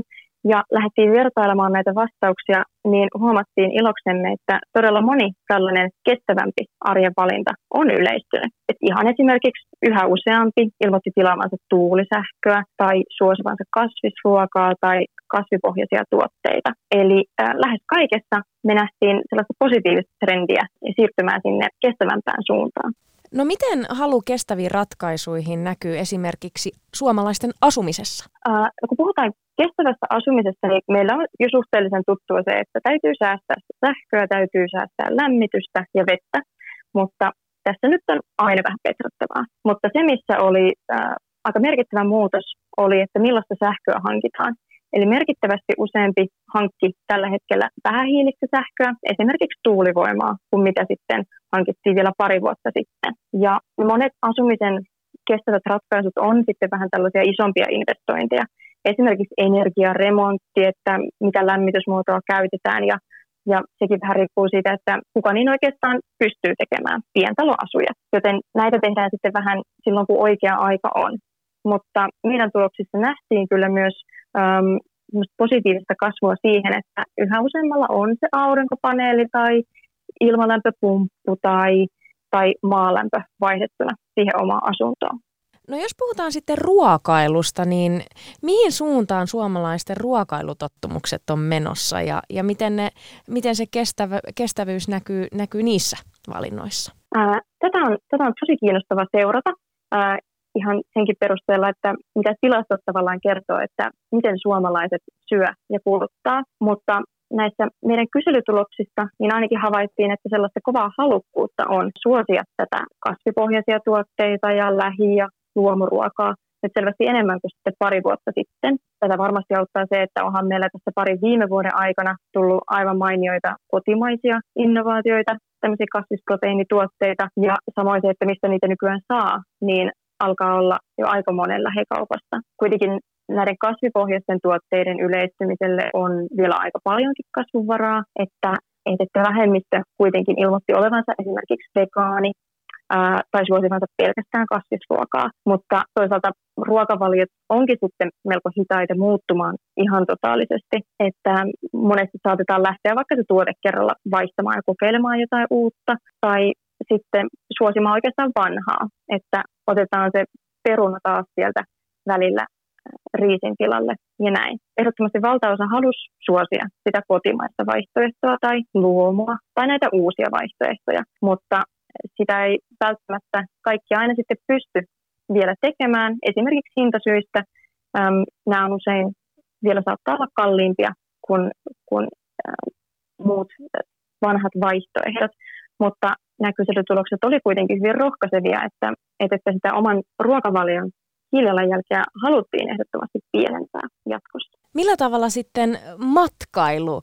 ja lähdettiin vertailemaan näitä vastauksia, niin huomattiin iloksemme, että todella moni tällainen kestävämpi arjen valinta on yleistynyt. Et ihan esimerkiksi yhä useampi ilmoitti tilaavansa tuulisähköä tai suosivansa kasvisruokaa tai kasvipohjaisia tuotteita. Eli äh, lähes kaikessa me nähtiin sellaista positiivista trendiä ja siirtymään sinne kestävämpään suuntaan. No miten halu kestäviin ratkaisuihin näkyy esimerkiksi suomalaisten asumisessa? Äh, kun puhutaan kestävästä asumisesta, niin meillä on jo suhteellisen tuttua se, että täytyy säästää sähköä, täytyy säästää lämmitystä ja vettä, mutta tässä nyt on aina vähän petrattavaa. Mutta se, missä oli äh, aika merkittävä muutos, oli, että millaista sähköä hankitaan. Eli merkittävästi useampi hankki tällä hetkellä vähähiilistä sähköä, esimerkiksi tuulivoimaa, kuin mitä sitten hankittiin vielä pari vuotta sitten. Ja monet asumisen kestävät ratkaisut on sitten vähän tällaisia isompia investointeja. Esimerkiksi energiaremontti, että mitä lämmitysmuotoa käytetään, ja, ja sekin vähän riippuu siitä, että kuka niin oikeastaan pystyy tekemään, pientaloasujat. Joten näitä tehdään sitten vähän silloin, kun oikea aika on. Mutta meidän tuloksissa nähtiin kyllä myös äm, positiivista kasvua siihen, että yhä useammalla on se aurinkopaneeli tai ilmalämpöpumppu tai, tai maalämpö vaihdettuna siihen omaan asuntoon. No jos puhutaan sitten ruokailusta, niin mihin suuntaan suomalaisten ruokailutottumukset on menossa ja, ja miten, ne, miten se kestävä, kestävyys näkyy, näkyy niissä valinnoissa? Ää, tätä, on, tätä on tosi kiinnostava seurata ää, ihan senkin perusteella, että mitä tilastot tavallaan kertoo, että miten suomalaiset syö ja kuluttaa, mutta näissä meidän kyselytuloksista niin ainakin havaittiin, että sellaista kovaa halukkuutta on suosia tätä kasvipohjaisia tuotteita ja lähi- ja luomuruokaa nyt selvästi enemmän kuin sitten pari vuotta sitten. Tätä varmasti auttaa se, että onhan meillä tässä parin viime vuoden aikana tullut aivan mainioita kotimaisia innovaatioita, tämmöisiä kasvisproteiinituotteita, ja samoin se, että mistä niitä nykyään saa, niin alkaa olla jo aika monen lähikaupassa. Kuitenkin näiden kasvipohjaisten tuotteiden yleistymiselle on vielä aika paljonkin kasvunvaraa, että, että vähemmistö kuitenkin ilmoitti olevansa esimerkiksi vegaani, Ää, tai suosivansa pelkästään kasvisruokaa, mutta toisaalta ruokavaliot onkin sitten melko hitaita muuttumaan ihan totaalisesti, että monesti saatetaan lähteä vaikka se tuote kerralla vaihtamaan ja kokeilemaan jotain uutta, tai sitten suosimaan oikeastaan vanhaa, että otetaan se peruna taas sieltä välillä riisin tilalle ja näin. Ehdottomasti valtaosa halusi suosia sitä kotimaista vaihtoehtoa tai luomua tai näitä uusia vaihtoehtoja, mutta sitä ei välttämättä kaikki aina sitten pysty vielä tekemään. Esimerkiksi hintasyistä äm, nämä on usein vielä saattaa olla kalliimpia kuin, kuin äh, muut vanhat vaihtoehdot, mutta nämä kyselytulokset oli kuitenkin hyvin rohkaisevia, että, että sitä oman ruokavalion hiilijalanjälkeä haluttiin ehdottomasti pienentää jatkossa. Millä tavalla sitten matkailu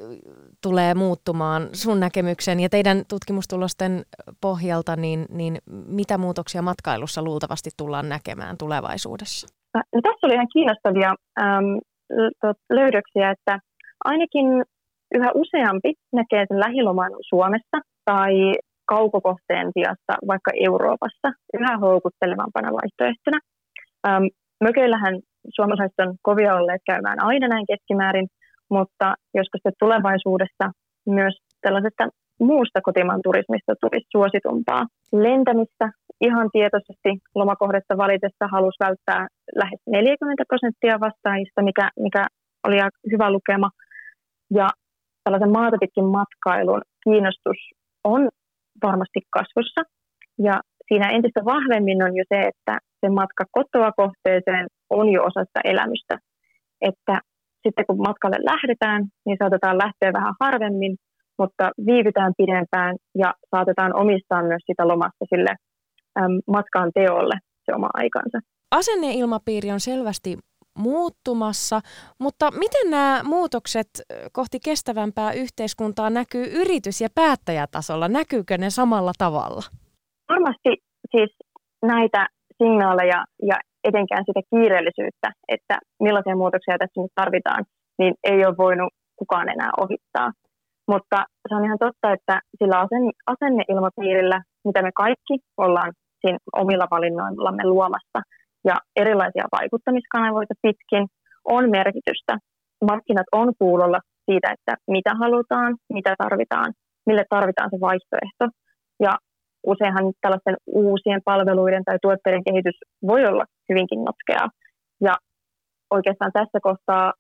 tulee muuttumaan sun näkemyksen ja teidän tutkimustulosten pohjalta, niin, niin mitä muutoksia matkailussa luultavasti tullaan näkemään tulevaisuudessa? No, tässä oli ihan kiinnostavia äm, löydöksiä, että ainakin yhä useampi näkee sen lähiloman Suomessa tai kaukokohteen sijasta vaikka Euroopassa yhä houkuttelevampana vaihtoehtona. Ähm, mökeillähän suomalaiset on kovia olleet käymään aina näin keskimäärin, mutta joskus tulevaisuudessa myös tällaisesta muusta kotimaan turismista tulisi suositumpaa. Lentämistä ihan tietoisesti lomakohdetta valitessa halusi välttää lähes neljäkymmentä prosenttia vastaajista, mikä, mikä oli hyvä lukema. Ja tällaisen maata pitkin matkailun kiinnostus on varmasti kasvussa. Ja siinä entistä vahvemmin on jo se, että se matka kotoa kohteeseen on jo osa sitä elämystä. Että sitten kun matkalle lähdetään, niin saatetaan lähteä vähän harvemmin, mutta viivytään pidempään ja saatetaan omistaa myös sitä lomasta sille äm, matkaan teolle se oma aikansa. Asenneilmapiiri on selvästi muuttumassa, mutta miten nämä muutokset kohti kestävämpää yhteiskuntaa näkyy yritys- ja päättäjätasolla? Näkyykö ne samalla tavalla? Varmasti siis näitä signaaleja ja etenkään sitä kiireellisyyttä, että millaisia muutoksia tässä nyt tarvitaan, niin ei ole voinut kukaan enää ohittaa. Mutta se on ihan totta, että sillä asenneilmapiirillä, mitä me kaikki ollaan siinä omilla valinnoillamme luomassa ja erilaisia vaikuttamiskanavoita pitkin, on merkitystä. markkinat on kuulolla siitä, että mitä halutaan, mitä tarvitaan, mille tarvitaan se vaihtoehto. Ja useinhan tällaisten uusien palveluiden tai tuotteiden kehitys voi olla hyvinkin notkeaa. Ja oikeastaan tässä kohtaa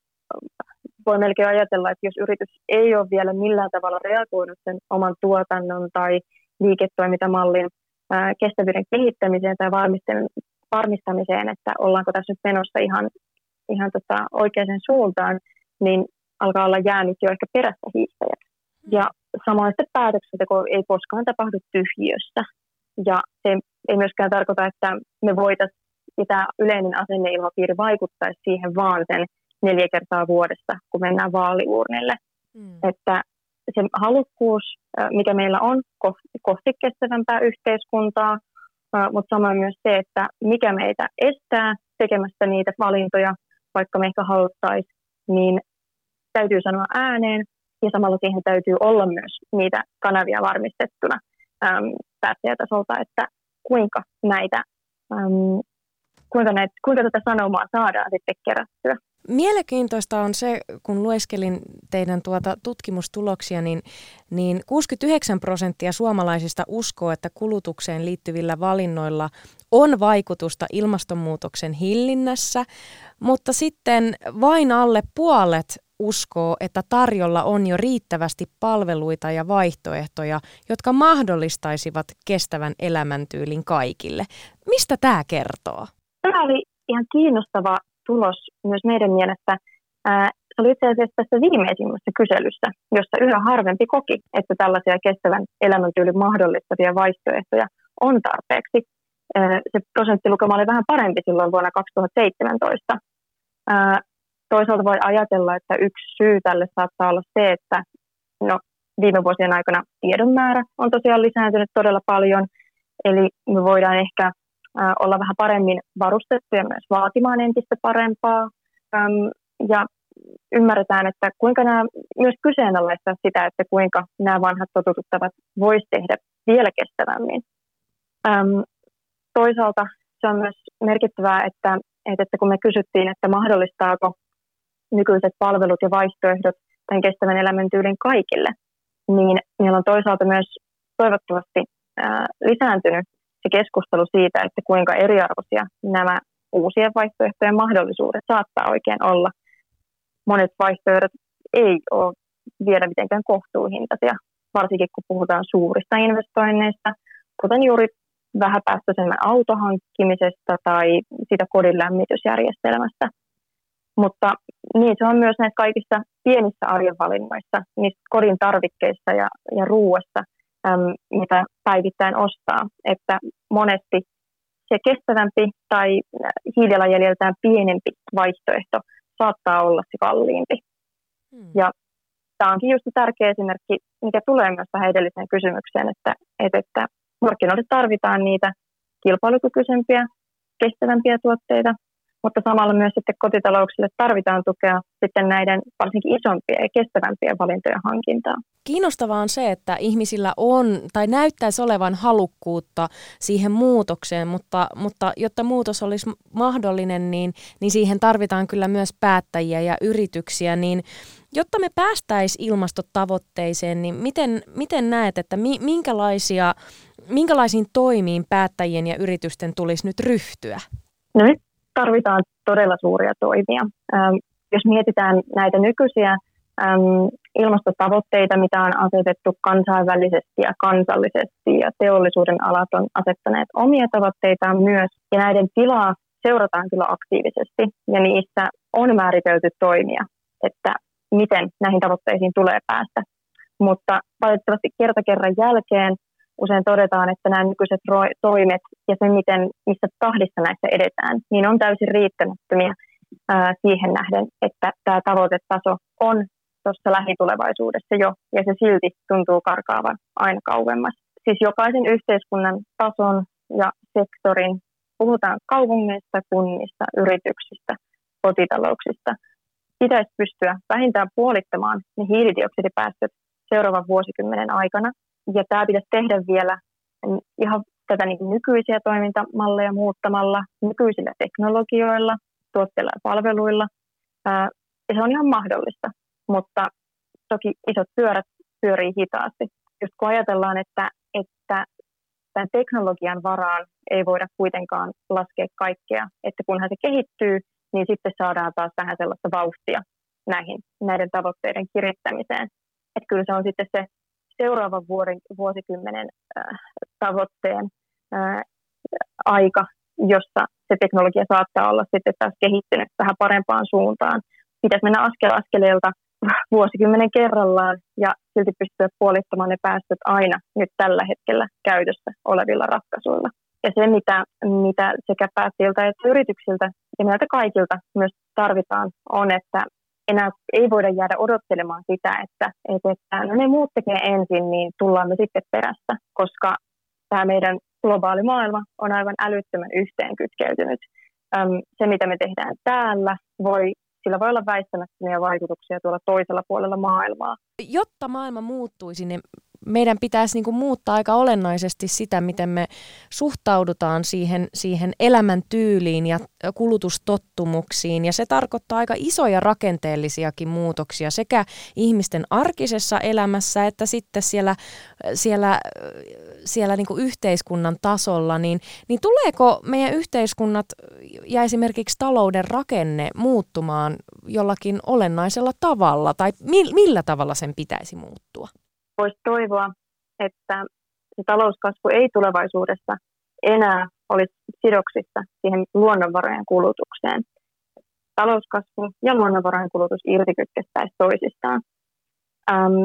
voi melkein ajatella, että jos yritys ei ole vielä millään tavalla reagoinut sen oman tuotannon tai liiketoimintamallin ää, kestävyyden kehittämiseen tai varmistamiseen, että ollaanko tässä nyt menossa ihan, ihan tota oikeaan suuntaan, niin alkaa olla jäänyt jo ehkä perässä hiihtäjät. Ja samoin se päätöksenteko ei koskaan tapahdu tyhjiössä. Ja se ei myöskään tarkoita, että me voitaisiin, ja tämä yleinen asenneilmapiiri vaikuttaisi siihen vaan sen neljä kertaa vuodessa, kun mennään vaaliuurnille. Mm. Että se halukkuus, mikä meillä on kohti kestävämpää yhteiskuntaa, mutta samoin myös se, että mikä meitä estää tekemästä niitä valintoja, vaikka me ehkä haluttaisiin, niin täytyy sanoa ääneen, ja samalla siihen täytyy olla myös niitä kanavia varmistettuna äm, päättäjätasolta, että kuinka näitä, äm, kuinka, näitä, kuinka tätä sanomaa saadaan sitten kerättyä. Mielenkiintoista on se, kun lueskelin teidän tuota tutkimustuloksia, niin, niin kuusikymmentäyhdeksän prosenttia suomalaisista uskoo, että kulutukseen liittyvillä valinnoilla on vaikutusta ilmastonmuutoksen hillinnässä, mutta sitten vain alle puolet uskoo, että tarjolla on jo riittävästi palveluita ja vaihtoehtoja, jotka mahdollistaisivat kestävän elämäntyylin kaikille. Mistä tämä kertoo? Tämä oli ihan kiinnostava tulos myös meidän mielestä. Ää, se oli itse asiassa tässä viimeisimmässä kyselyssä, jossa yhä harvempi koki, että tällaisia kestävän elämäntyylin mahdollistavia vaihtoehtoja on tarpeeksi. Ää, se prosenttilukema oli vähän parempi silloin vuonna kaksituhattaseitsemäntoista. Ää, toisaalta voi ajatella, että yksi syy tälle saattaa olla se, että no, viime vuosien aikana tiedon määrä on tosiaan lisääntynyt todella paljon, eli me voidaan ehkä olla vähän paremmin varustettuja myös vaatimaan entistä parempaa. Ja ymmärretään, että kuinka nämä myös kyseenalaistaa sitä, että kuinka nämä vanhat totutut tavat voisi tehdä vielä kestävämmin. Toisaalta se on myös merkittävää, että, että kun me kysyttiin, että mahdollistaako nykyiset palvelut ja vaihtoehdot tämän kestävän elämäntyylin kaikille, niin meillä on toisaalta myös toivottavasti lisääntynyt se keskustelu siitä, että kuinka eriarvoisia nämä uusien vaihtoehtojen mahdollisuudet saattaa oikein olla. Monet vaihtoehdot ei ole vielä mitenkään kohtuuhintaisia, varsinkin kun puhutaan suurista investoinneista, kuten juuri vähäpäästöisemmän autohankkimisesta tai siitä kodin lämmitysjärjestelmästä. Mutta niin se on myös näissä kaikissa pienissä arjen valinnoissa, niissä kodin tarvikkeissa ja, ja ruuassa, äm, mitä päivittäin ostaa. Että monesti se kestävämpi tai hiilijalanjäljeltään pienempi vaihtoehto saattaa olla se kalliimpi. Hmm. Ja tämä onkin just tärkeä esimerkki, mikä tulee myös tähän edelliseen kysymykseen, että, että, että markkinoille tarvitaan niitä kilpailukykyisempiä, kestävämpiä tuotteita, mutta samalla myös sitten kotitalouksille tarvitaan tukea sitten näiden varsinkin isompia ja kestävämpiä valintojen hankintaa. Kiinnostavaa on se, että ihmisillä on tai näyttäisi olevan halukkuutta siihen muutokseen, mutta, mutta jotta muutos olisi mahdollinen, niin, niin siihen tarvitaan kyllä myös päättäjiä ja yrityksiä. Niin, jotta me päästäisiin ilmastotavoitteeseen, niin miten, miten näet, että mi, minkälaisia, minkälaisiin toimiin päättäjien ja yritysten tulisi nyt ryhtyä? No nyt tarvitaan todella suuria toimia. Ähm, jos mietitään näitä nykyisiä ähm, ilmastotavoitteita, mitä on asetettu kansainvälisesti ja kansallisesti, ja teollisuuden alat on asettaneet omia tavoitteitaan myös, ja näiden tilaa seurataan kyllä aktiivisesti, ja niissä on määritelty toimia, että miten näihin tavoitteisiin tulee päästä. Mutta valitettavasti kerta kerran jälkeen usein todetaan, että nämä nykyiset toimet ja se, miten, missä tahdissa näissä edetään, niin on täysin riittämättömiä ää, siihen nähden, että tämä tavoitetaso on tuossa lähitulevaisuudessa jo, ja se silti tuntuu karkaavan aina kauemmas. Siis jokaisen yhteiskunnan tason ja sektorin, puhutaan kaupungeista, kunnista, yrityksistä, kotitalouksista, pitäisi pystyä vähintään puolittamaan ne hiilidioksidipäästöt seuraavan vuosikymmenen aikana. Ja tämä pitäisi tehdä vielä ihan tätä niin nykyisiä toimintamalleja muuttamalla, nykyisillä teknologioilla, tuotteilla ja palveluilla. Ja se on ihan mahdollista, mutta toki isot pyörät pyörii hitaasti. Just kun ajatellaan, että, että tämän teknologian varaan ei voida kuitenkaan laskea kaikkea, että kunhan se kehittyy, niin sitten saadaan taas vähän sellaista vauhtia näihin, näiden tavoitteiden kirittämiseen. Että kyllä se on sitten se seuraavan vuoden, vuosikymmenen äh, tavoitteen äh, aika, jossa se teknologia saattaa olla sitten taas kehittynyt vähän parempaan suuntaan. Pitäisi mennä askel askeleelta vuosikymmenen kerrallaan ja silti pystyä puolittamaan ne päästöt aina nyt tällä hetkellä käytössä olevilla ratkaisuilla. Ja se, mitä, mitä sekä päättäjiltä että yrityksiltä ja meiltä kaikilta myös tarvitaan, on, että enää ei voida jäädä odottelemaan sitä, että, että no ne muut tekee ensin, niin tullaan me sitten perässä, koska tämä meidän globaali maailma on aivan älyttömän yhteenkytkeytynyt. Se, mitä me tehdään täällä, voi, sillä voi olla väistämättömiä vaikutuksia tuolla toisella puolella maailmaa. Jotta maailma muuttuisi, niin meidän pitäisi niin kuin muuttaa aika olennaisesti sitä, miten me suhtaudutaan siihen, siihen elämäntyyliin ja kulutustottumuksiin. Ja se tarkoittaa aika isoja rakenteellisiakin muutoksia sekä ihmisten arkisessa elämässä että sitten siellä, siellä, siellä niin kuin yhteiskunnan tasolla. Niin, niin tuleeko meidän yhteiskunnat ja esimerkiksi talouden rakenne muuttumaan jollakin olennaisella tavalla? Tai millä tavalla sen pitäisi muuttua? Voisi toivoa, että se talouskasvu ei tulevaisuudessa enää olisi sidoksissa siihen luonnonvarojen kulutukseen. Talouskasvu ja luonnonvarojen kulutus irtikytkettäisiin toisistaan. Ähm,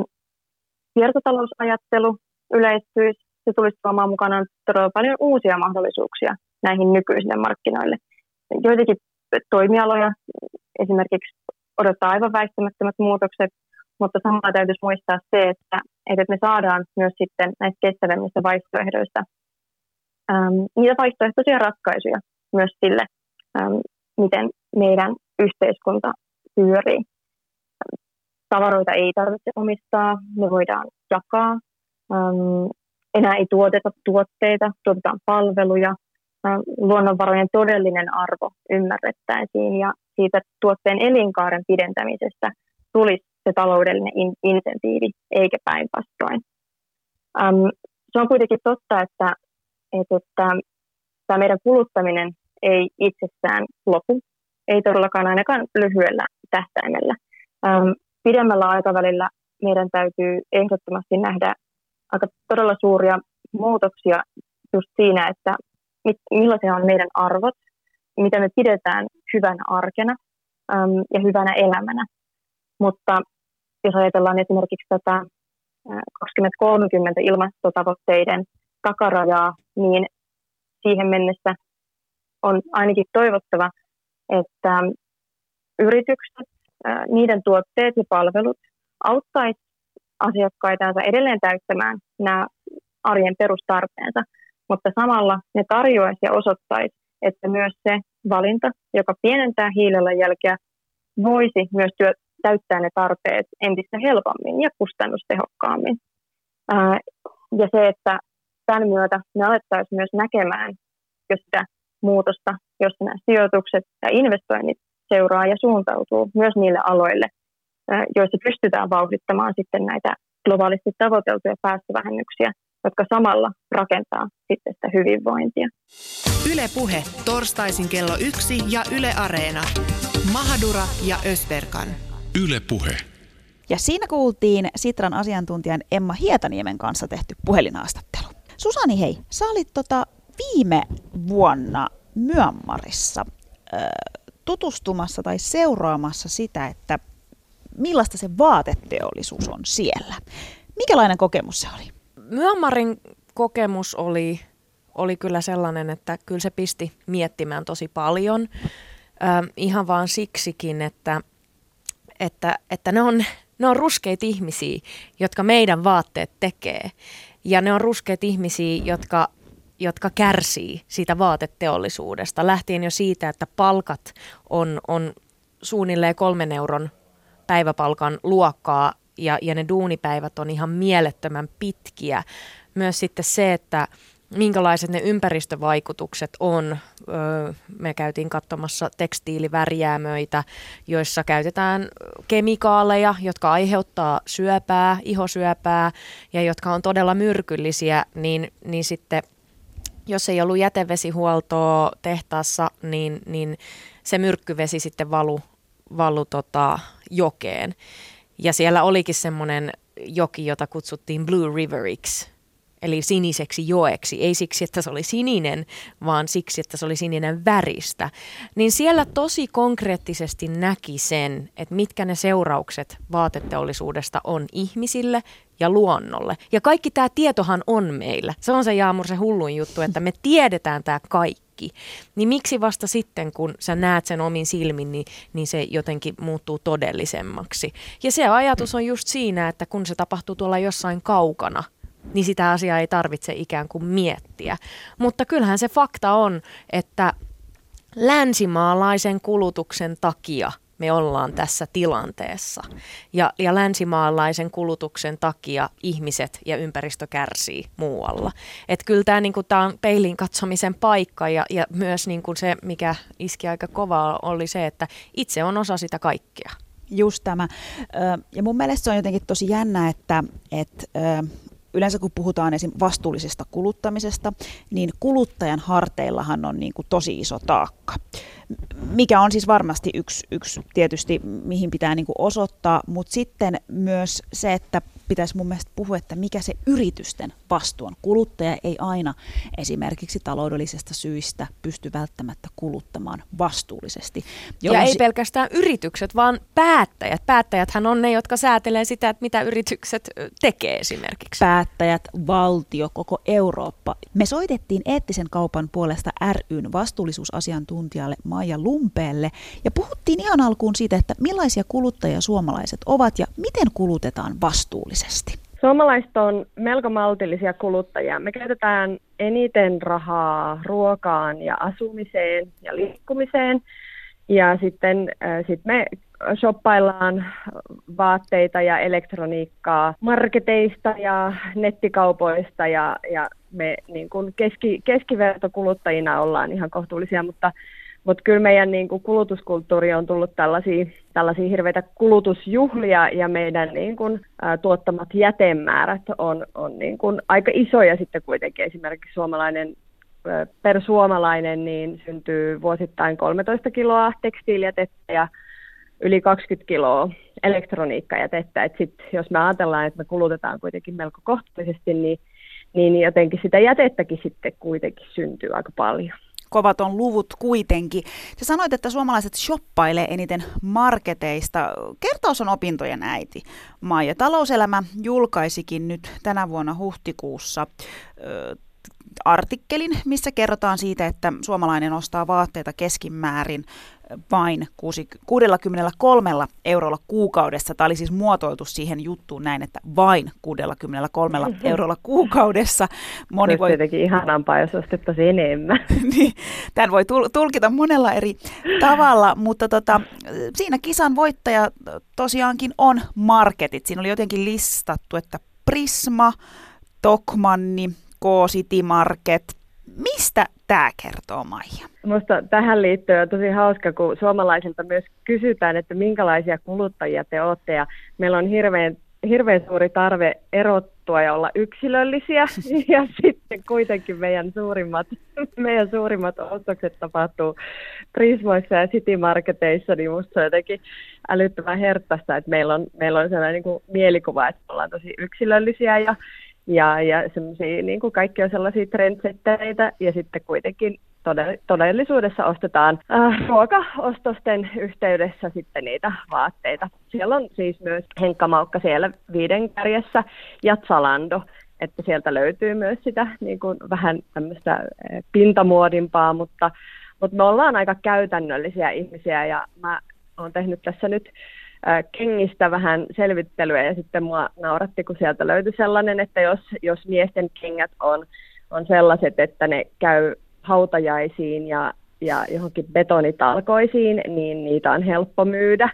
kiertotalousajattelu yleistyisi, se tulisi tuomaan mukanaan todella paljon uusia mahdollisuuksia näihin nykyisille markkinoille. Joitakin toimialoja esimerkiksi odottaa aivan väistämättömät muutokset, mutta samalla täytyisi muistaa se, että, että me saadaan myös sitten näistä kestävämmistä vaihtoehdoista äm, niitä vaihtoehtoisia ratkaisuja myös sille, äm, miten meidän yhteiskunta pyörii. Tavaroita ei tarvitse omistaa, ne voidaan jakaa. Äm, enää ei tuoteta tuotteita, tuotetaan palveluja. Äm, luonnonvarojen todellinen arvo ymmärrettäisiin ja siitä tuotteen elinkaaren pidentämisestä tulisi se taloudellinen in- insentiivi, eikä päinvastoin. Ähm, se on kuitenkin totta, että, että, että tämä meidän kuluttaminen ei itsessään lopu, ei todellakaan ainakaan lyhyellä tähtäimellä. Ähm, pidemmällä aikavälillä meidän täytyy ehdottomasti nähdä aika todella suuria muutoksia just siinä, että mit, millaisia on meidän arvot, mitä me pidetään hyvänä arkena ähm, ja hyvänä elämänä. Mutta jos ajatellaan esimerkiksi tätä kaksituhattakolmekymmentä ilmastotavoitteiden takarajaa, niin siihen mennessä on ainakin toivottava, että yritykset, niiden tuotteet ja palvelut auttaisi asiakkaitansa edelleen täyttämään nämä arjen perustarpeensa, mutta samalla ne tarjoaisi ja osoittaisi, että myös se valinta, joka pienentää hiilijalanjälkeä, voisi myös työ, täyttää ne tarpeet entistä helpommin ja kustannustehokkaammin. Ää, ja se, että tämän myötä me alettaisiin myös näkemään jo sitä muutosta, jossa nämä sijoitukset ja investoinnit seuraa ja suuntautuu myös niille aloille, ää, joissa pystytään vauhdittamaan sitten näitä globaalisti tavoiteltuja päästövähennyksiä, jotka samalla rakentaa sitten sitä hyvinvointia. Yle Puhe, torstaisin kello yksi ja Yle Areena. Mahadura ja Ösberkan. Yle Puhe. Ja siinä kuultiin Sitran asiantuntijan Emma Hietaniemen kanssa tehty puhelinhaastattelu. Susani, hei, sä olit tota viime vuonna Myanmarissa äh, tutustumassa tai seuraamassa sitä, että millaista se vaateteollisuus on siellä. Mikälainen kokemus se oli? Myanmarin kokemus oli, oli kyllä sellainen, että kyllä se pisti miettimään tosi paljon. Äh, ihan vaan siksikin, että Että, että ne, on, ne on ruskeita ihmisiä, jotka meidän vaatteet tekee. Ja ne on ruskeita ihmisiä, jotka, jotka kärsii siitä vaateteollisuudesta. Lähtien jo siitä, että palkat on, on suunnilleen kolmen euron päiväpalkan luokkaa ja, ja ne duunipäivät on ihan mielettömän pitkiä. Myös sitten se, että minkälaiset ne ympäristövaikutukset on. Me käytiin katsomassa tekstiilivärjäämöitä, joissa käytetään kemikaaleja, jotka aiheuttaa syöpää, ihosyöpää ja jotka on todella myrkyllisiä, niin, niin sitten jos ei ollut jätevesihuoltoa tehtaassa, niin, niin se myrkkyvesi sitten valu, valu tota, jokeen. Ja siellä olikin semmoinen joki, jota kutsuttiin Blue Riveriksi, eli siniseksi joeksi. Ei siksi, että se oli sininen, vaan siksi, että se oli sininen väristä. Niin siellä tosi konkreettisesti näki sen, että mitkä ne seuraukset vaateteollisuudesta on ihmisille ja luonnolle. Ja kaikki tämä tietohan on meillä. Se on se, Jaamur, se hullun juttu, että me tiedetään tämä kaikki. Niin miksi vasta sitten, kun sä näet sen omin silmin, niin, niin se jotenkin muuttuu todellisemmaksi. Ja se ajatus on just siinä, että kun se tapahtuu tuolla jossain kaukana, niin sitä asiaa ei tarvitse ikään kuin miettiä. Mutta kyllähän se fakta on, että länsimaalaisen kulutuksen takia me ollaan tässä tilanteessa. Ja, ja länsimaalaisen kulutuksen takia ihmiset ja ympäristö kärsii muualla. Että kyllä tämä niinku, on peiliin katsomisen paikka ja, ja myös niinku se, mikä iski aika kovaa, oli se, että itse on osa sitä kaikkea. Just tämä. Ja mun mielestä se on jotenkin tosi jännä, että, että yleensä kun puhutaan esim. Vastuullisesta kuluttamisesta, niin kuluttajan harteillahan on niin kuin tosi iso taakka, mikä on siis varmasti yksi, yksi tietysti, mihin pitää niin kuin osoittaa, mutta sitten myös se, että pitäisi mun mielestä puhua, että mikä se yritysten vastuu on. Kuluttaja ei aina esimerkiksi taloudellisesta syistä pysty välttämättä kuluttamaan vastuullisesti. Ja ei pelkästään yritykset, vaan päättäjät. Päättäjäthän on ne, jotka säätelee sitä, että mitä yritykset tekee esimerkiksi. Päättäjät, valtio, koko Eurooppa. Me soitettiin eettisen kaupan puolesta ry:n vastuullisuusasiantuntijalle Maija Lumpeelle ja puhuttiin ihan alkuun siitä, että millaisia kuluttajia suomalaiset ovat ja miten kulutetaan vastuullisesti. Suomalaiset on melko maltillisia kuluttajia. Me käytetään eniten rahaa ruokaan ja asumiseen ja liikkumiseen. Ja sitten äh, sit me shoppaillaan vaatteita ja elektroniikkaa marketeista ja nettikaupoista. Ja, ja me niin kuin keski, keskivertokuluttajina ollaan ihan kohtuullisia, mutta Mutta kyllä meidän niin kuin kulutuskulttuuri on tullut tällaisia, tällaisia hirveitä kulutusjuhlia ja meidän niin kuin, ä, tuottamat jätemäärät on, on niin kuin aika isoja sitten kuitenkin. Esimerkiksi suomalainen, ä, per suomalainen niin syntyy vuosittain kolmetoista kiloa tekstiilijätettä ja yli kaksikymmentä kiloa elektroniikkajätettä. Et sit, jos me ajatellaan, että me kulutetaan kuitenkin melko kohtuullisesti, niin, niin jotenkin sitä jätettäkin sitten kuitenkin syntyy aika paljon. Kovat on luvut kuitenkin. Sä sanoit, että suomalaiset shoppailee eniten marketeista. Kertaus on opintojen äiti. Maija, Talouselämä julkaisikin nyt tänä vuonna huhtikuussa ö, artikkelin, missä kerrotaan siitä, että suomalainen ostaa vaatteita keskimäärin vain kuusikymmentäkolme eurolla kuukaudessa. Tämä oli siis muotoiltu siihen juttuun näin, että vain kuusikymmentäkolme eurolla kuukaudessa. Moni se voi tietenkin ihanampaa, jos ostettaisiin enemmän. Niin, tämän voi tulkita monella eri tavalla, mutta tota, siinä kisan voittaja tosiaankin on marketit. Siinä oli jotenkin listattu, että Prisma, Tokmanni, K-City Market. Mistä tämä kertoo, Maija? Minusta tähän liittyy on tosi hauska, kun suomalaisilta myös kysytään, että minkälaisia kuluttajia te olette. Ja meillä on hirveän, hirveän suuri tarve erottua ja olla yksilöllisiä. Ja sitten kuitenkin meidän suurimmat, meidän suurimmat ostokset tapahtuu Prismoissa ja City Marketeissa. Niin minusta se on jotenkin älyttömän herttaista, että meillä on, meillä on sellainen niin kuin mielikuva, että ollaan tosi yksilöllisiä ja Ja, ja semmoisia, niin kuin kaikki on sellaisia trendsettereitä, ja sitten kuitenkin todellisuudessa ostetaan äh, ruokaostosten yhteydessä sitten niitä vaatteita. Siellä on siis myös Henkka Maukka siellä viiden kärjessä ja Zalando, että sieltä löytyy myös sitä niin kuin vähän tämmöistä pintamuodimpaa, mutta, mutta me ollaan aika käytännöllisiä ihmisiä, ja mä oon tehnyt tässä nyt kengistä vähän selvittelyä ja sitten mua nauratti, kun sieltä löytyi sellainen, että jos, jos miesten kengät on, on sellaiset, että ne käy hautajaisiin ja, ja johonkin betonitalkoisiin, niin niitä on helppo myydä.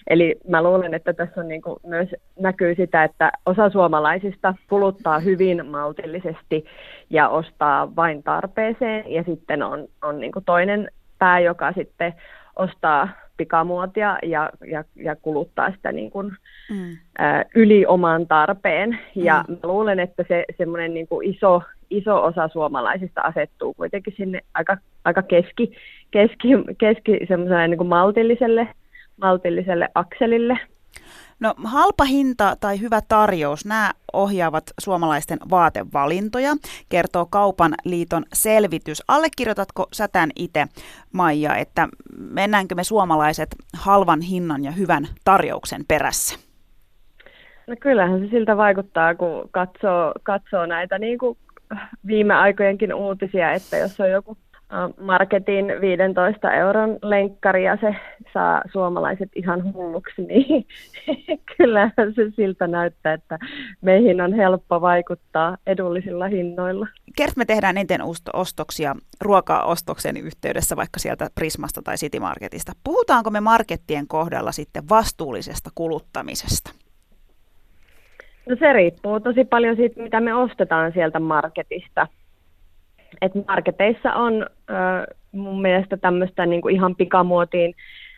Eli mä luulen, että tässä on niin kuin myös näkyy sitä, että osa suomalaisista kuluttaa hyvin maltillisesti ja ostaa vain tarpeeseen, ja sitten on, on niin kuin toinen pää, joka sitten ostaa pikamuotia ja, ja, ja kuluttaa sitä niin kuin, mm. ä, yli oman tarpeen. Ja mm. mä luulen, että se semmoinen niin kuin iso, iso osa suomalaisista asettuu kuitenkin sinne aika, aika keski, keski, keski semmoiselle niin kuin maltilliselle, maltilliselle akselille. No halpa hinta tai hyvä tarjous, nämä ohjaavat suomalaisten vaatevalintoja, kertoo Kaupan liiton selvitys. Allekirjoitatko sä tämän itse, Maija, että mennäänkö me suomalaiset halvan hinnan ja hyvän tarjouksen perässä? No kyllähän se siltä vaikuttaa, kun katsoo, katsoo näitä niin kuin viime aikojenkin uutisia, että jos on joku marketin viidentoista euron lenkkari ja se saa suomalaiset ihan hulluksi, niin kyllähän se siltä näyttää, että meihin on helppo vaikuttaa edullisilla hinnoilla. Kert, me tehdään eniten ostoksia ruokaostoksen yhteydessä vaikka sieltä Prismasta tai City Marketista. Puhutaanko me markettien kohdalla sitten vastuullisesta kuluttamisesta? No se riippuu tosi paljon siitä, mitä me ostetaan sieltä marketista. Et marketeissa on äh, mun mielestä tämmöistä niinku ihan pikamuotiin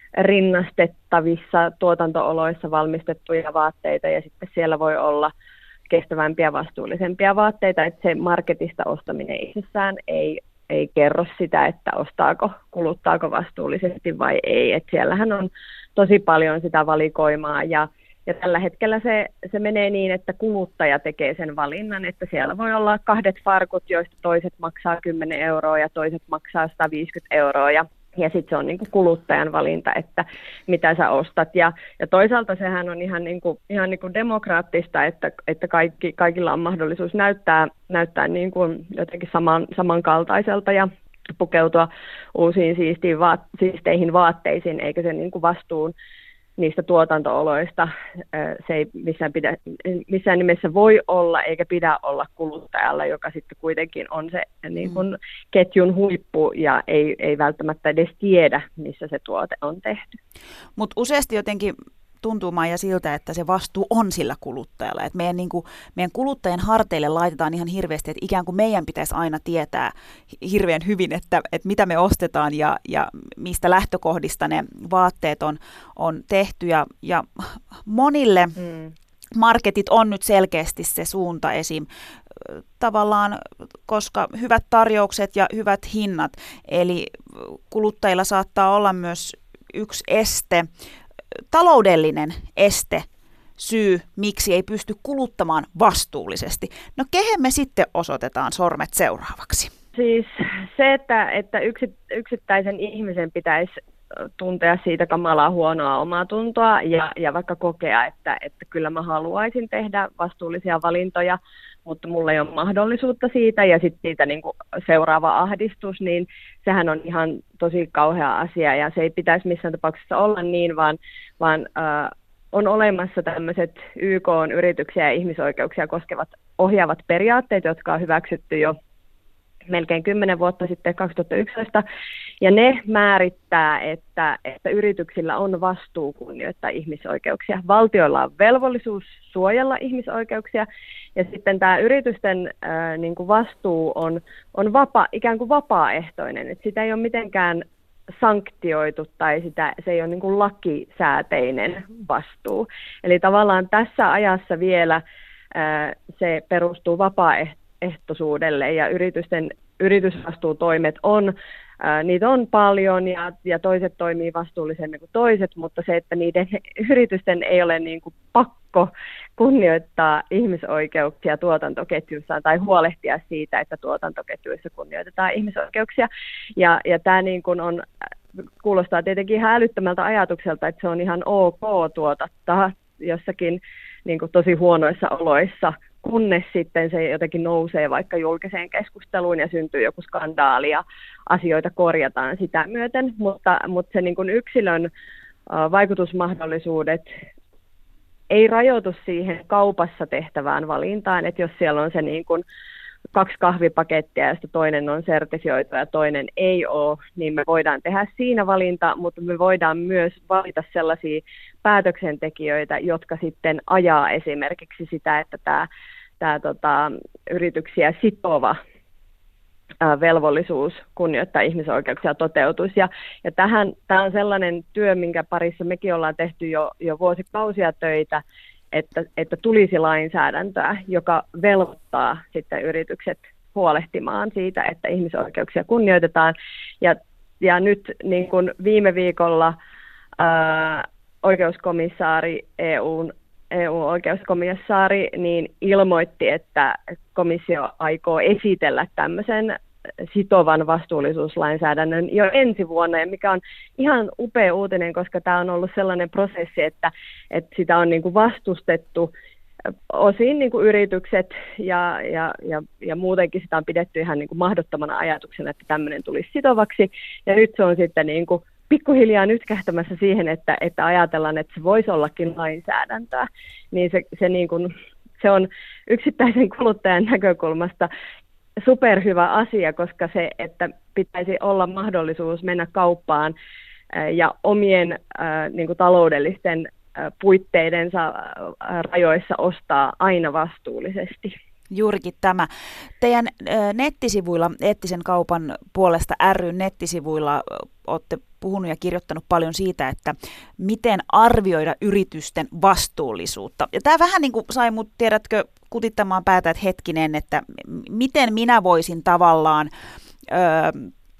rinnastettavissa tuotanto-oloissa valmistettuja vaatteita, ja sitten siellä voi olla kestävämpiä, vastuullisempia vaatteita, että se marketista ostaminen itsessään ei, ei kerro sitä, että ostaako, kuluttaako vastuullisesti vai ei. Et siellähän on tosi paljon sitä valikoimaa, ja Ja tällä hetkellä se, se menee niin, että kuluttaja tekee sen valinnan, että siellä voi olla kahdet farkut, joista toiset maksaa kymmenen euroa ja toiset maksaa sata viisikymmentä euroa. Ja, ja sitten se on niin kuin kuluttajan valinta, että mitä sä ostat. Ja, ja toisaalta sehän on ihan, niin kuin, ihan niin kuin demokraattista, että, että kaikki, kaikilla on mahdollisuus näyttää, näyttää niin kuin jotenkin saman, samankaltaiselta ja pukeutua uusiin siistiin vaat, siisteihin vaatteisiin, eikä se niin kuin vastuun niistä tuotanto-oloista se ei missään, pidä, missään nimessä voi olla eikä pidä olla kuluttajalla, joka sitten kuitenkin on se niin kuin ketjun huippu ja ei, ei välttämättä edes tiedä, missä se tuote on tehty. Mutta useasti jotenkin tuntuu, Maija, siltä, että se vastuu on sillä kuluttajalla. Et meidän, niin kuin, meidän kuluttajien harteille laitetaan ihan hirveästi, että ikään kuin meidän pitäisi aina tietää hirveän hyvin, että, että mitä me ostetaan ja, ja mistä lähtökohdista ne vaatteet on, on tehty. Ja, ja monille mm. marketit on nyt selkeästi se suunta esim. Tavallaan, koska hyvät tarjoukset ja hyvät hinnat, eli kuluttajilla saattaa olla myös yksi este, taloudellinen este, syy, miksi ei pysty kuluttamaan vastuullisesti. No kehen me sitten osoitetaan sormet seuraavaksi? Siis se, että, että yksittäisen ihmisen pitäisi tuntea siitä kamalaa huonoa omaa tuntoa ja, ja vaikka kokea, että, että kyllä mä haluaisin tehdä vastuullisia valintoja, mutta mulla ei ole mahdollisuutta siitä ja sitten siitä niin kuin seuraava ahdistus, niin sehän on ihan tosi kauhea asia ja se ei pitäisi missään tapauksessa olla niin, vaan, vaan äh, on olemassa tämmöiset Y K:n yrityksiä ja ihmisoikeuksia koskevat ohjaavat periaatteet, jotka on hyväksytty jo melkein kymmenen vuotta sitten, kaksituhattayksitoista, ja ne määrittää, että, että yrityksillä on vastuu kunnioittaa ihmisoikeuksia. Valtioilla on velvollisuus suojella ihmisoikeuksia, ja sitten tämä yritysten ää, niin kuin vastuu on, on vapa, ikään kuin vapaaehtoinen, että sitä ei ole mitenkään sanktioitu tai sitä, se ei ole niin kuin lakisääteinen vastuu. Eli tavallaan tässä ajassa vielä ää, se perustuu vapaaehtoisuuteen, ehtoisuudelle ja yritysten yritysvastuutoimet on, ää, niitä on paljon ja, ja toiset toimii vastuullisemmin kuin toiset, mutta se, että niiden yritysten ei ole niin kuin pakko kunnioittaa ihmisoikeuksia tuotantoketjussa tai huolehtia siitä, että tuotantoketjuissa kunnioitetaan ihmisoikeuksia. Ja, ja tämä niin kuin on, kuulostaa tietenkin ihan älyttömältä ajatukselta, että se on ihan ok tuottaa jossakin niin kuin tosi huonoissa oloissa, kunnes sitten se jotenkin nousee vaikka julkiseen keskusteluun ja syntyy joku skandaali ja asioita korjataan sitä myöten, mutta, mutta se niin kuin yksilön vaikutusmahdollisuudet ei rajoitu siihen kaupassa tehtävään valintaan, että jos siellä on se niin kuin kaksi kahvipakettia, josta toinen on sertifioitu ja toinen ei ole, niin me voidaan tehdä siinä valinta, mutta me voidaan myös valita sellaisia päätöksentekijöitä, jotka sitten ajaa esimerkiksi sitä, että tämä, tämä tota, yrityksiä sitova velvollisuus kunnioittaa ihmisoikeuksia toteutuisi. Ja, ja tähän, tämä on sellainen työ, minkä parissa mekin ollaan tehty jo, jo vuosikausia töitä, että, että tulisi lainsäädäntöä, joka velvoittaa sitten yritykset huolehtimaan siitä, että ihmisoikeuksia kunnioitetaan. Ja, ja nyt niin kuin viime viikolla ää, oikeuskomissaari E U:n E U-oikeuskomissaari niin ilmoitti, että komissio aikoo esitellä tämmöisen sitovan vastuullisuuslainsäädännön jo ensi vuonna, ja mikä on ihan upea uutinen, koska tämä on ollut sellainen prosessi, että, että sitä on niin kuin vastustettu osin niin kuin yritykset ja, ja, ja, ja muutenkin sitä on pidetty ihan niin kuin mahdottomana ajatuksena, että tämmöinen tulisi sitovaksi, ja nyt se on sitten niin kuin pikkuhiljaa nytkähtämässä siihen, että, että ajatellaan, että se voisi ollakin lainsäädäntöä, niin se, se, niin kuin, se on yksittäisen kuluttajan näkökulmasta superhyvä asia, koska se, että pitäisi olla mahdollisuus mennä kauppaan ja omien niin kuin taloudellisten puitteidensa rajoissa ostaa aina vastuullisesti. Juurikin tämä. Teidän nettisivuilla, eettisen kaupan puolesta ry:n nettisivuilla olette puhunut ja kirjoittanut paljon siitä, että miten arvioida yritysten vastuullisuutta. Ja tämä vähän niin kuin sai mut, tiedätkö, kutittamaan päätä, että hetkinen, että miten minä voisin tavallaan, öö,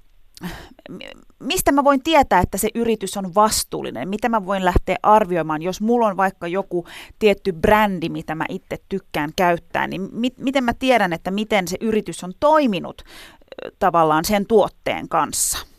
mistä mä voin tietää, että se yritys on vastuullinen? Miten mä voin lähteä arvioimaan, jos mulla on vaikka joku tietty brändi, mitä mä itse tykkään käyttää, niin mi- miten mä tiedän, että miten se yritys on toiminut tavallaan sen tuotteen kanssa?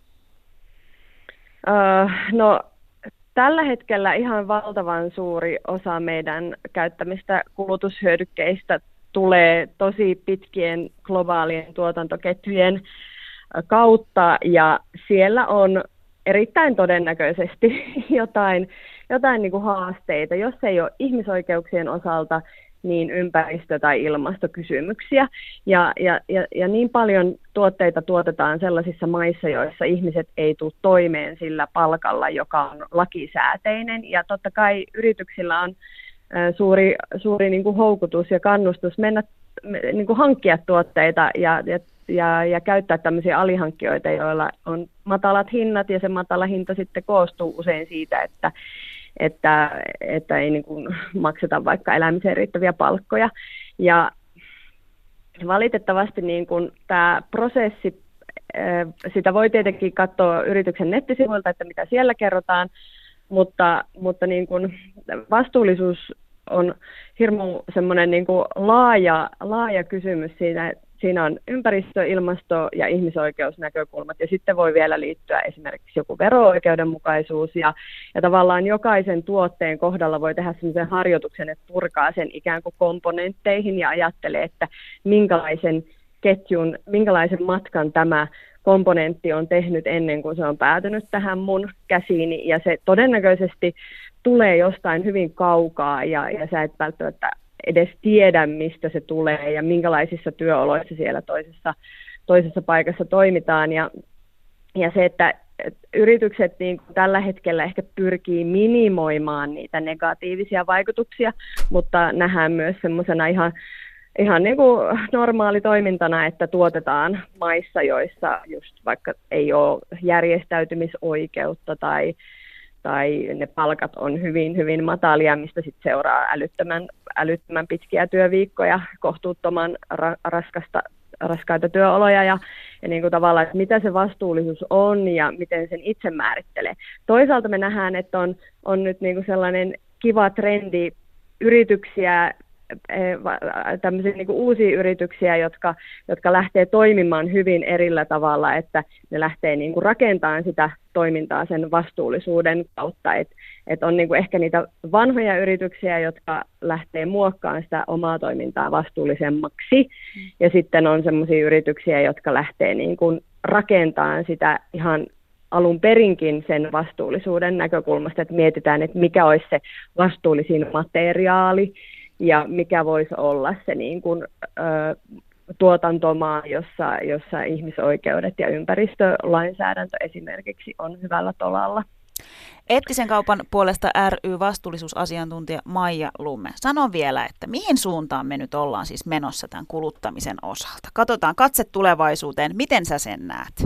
Öö, no tällä hetkellä ihan valtavan suuri osa meidän käyttämistä kulutushyödykkeistä tulee tosi pitkien globaalien tuotantoketjujen kautta, ja siellä on erittäin todennäköisesti jotain, jotain niin kuin haasteita, jos ei ole ihmisoikeuksien osalta, niin ympäristö- tai ilmastokysymyksiä. Ja, ja, ja, ja niin paljon tuotteita tuotetaan sellaisissa maissa, joissa ihmiset ei tule toimeen sillä palkalla, joka on lakisääteinen. Ja totta kai yrityksillä on suuri, suuri niin kuin houkutus ja kannustus mennä niin kuin hankkia tuotteita ja, ja Ja, ja käyttää tämmöisiä alihankkijoita, joilla on matalat hinnat, ja se matala hinta sitten koostuu usein siitä, että, että, että ei niin kuin makseta vaikka elämiseen riittäviä palkkoja. Ja valitettavasti niin kuin tämä prosessi, sitä voi tietenkin katsoa yrityksen nettisivuilta, että mitä siellä kerrotaan, mutta, mutta niin kuin vastuullisuus on hirmu semmoinen niin kuin laaja, laaja kysymys siinä. Siinä on ympäristö-, ilmasto- ja ihmisoikeusnäkökulmat, ja sitten voi vielä liittyä esimerkiksi joku vero-oikeudenmukaisuus, ja, ja tavallaan jokaisen tuotteen kohdalla voi tehdä sellaisen harjoituksen, että purkaa sen ikään kuin komponentteihin ja ajattelee, että minkälaisen ketjun, minkälaisen matkan tämä komponentti on tehnyt ennen kuin se on päätynyt tähän mun käsiini, ja se todennäköisesti tulee jostain hyvin kaukaa, ja, ja sä et välttämättä edes tiedä, mistä se tulee ja minkälaisissa työoloissa siellä toisessa, toisessa paikassa toimitaan. Ja, ja se, että yritykset niin kuin tällä hetkellä ehkä pyrkii minimoimaan niitä negatiivisia vaikutuksia, mutta nähdään myös semmoisena ihan, ihan niin kuin normaalitoimintana, että tuotetaan maissa, joissa just vaikka ei ole järjestäytymisoikeutta tai tai ne palkat on hyvin, hyvin matalia, mistä sitten seuraa älyttömän, älyttömän pitkiä työviikkoja, kohtuuttoman ra- raskasta, raskaita työoloja ja, ja niin kuin tavallaan, että mitä se vastuullisuus on ja miten sen itse määrittelee. Toisaalta me nähdään, että on, on nyt niin kuin sellainen kiva trendi yrityksiä, tämmöisiä niin kuin uusia yrityksiä, jotka, jotka lähtee toimimaan hyvin erillä tavalla, että ne lähtee niin kuin rakentamaan sitä toimintaa sen vastuullisuuden kautta, että et on niin kuin ehkä niitä vanhoja yrityksiä, jotka lähtee muokkaamaan sitä omaa toimintaa vastuullisemmaksi, ja sitten on semmoisia yrityksiä, jotka lähtee niin kuin rakentamaan sitä ihan alun perinkin sen vastuullisuuden näkökulmasta, että mietitään, että mikä olisi se vastuullisin materiaali, ja mikä voisi olla se niin kuin, ö, tuotantomaa, jossa, jossa ihmisoikeudet ja ympäristölainsäädäntö esimerkiksi on hyvällä tolalla. Eettisen kaupan puolesta ry vastuullisuusasiantuntija Maija Lumme. Sano vielä, että mihin suuntaan me nyt ollaan siis menossa tämän kuluttamisen osalta? Katsotaan katse tulevaisuuteen. Miten sä sen näet?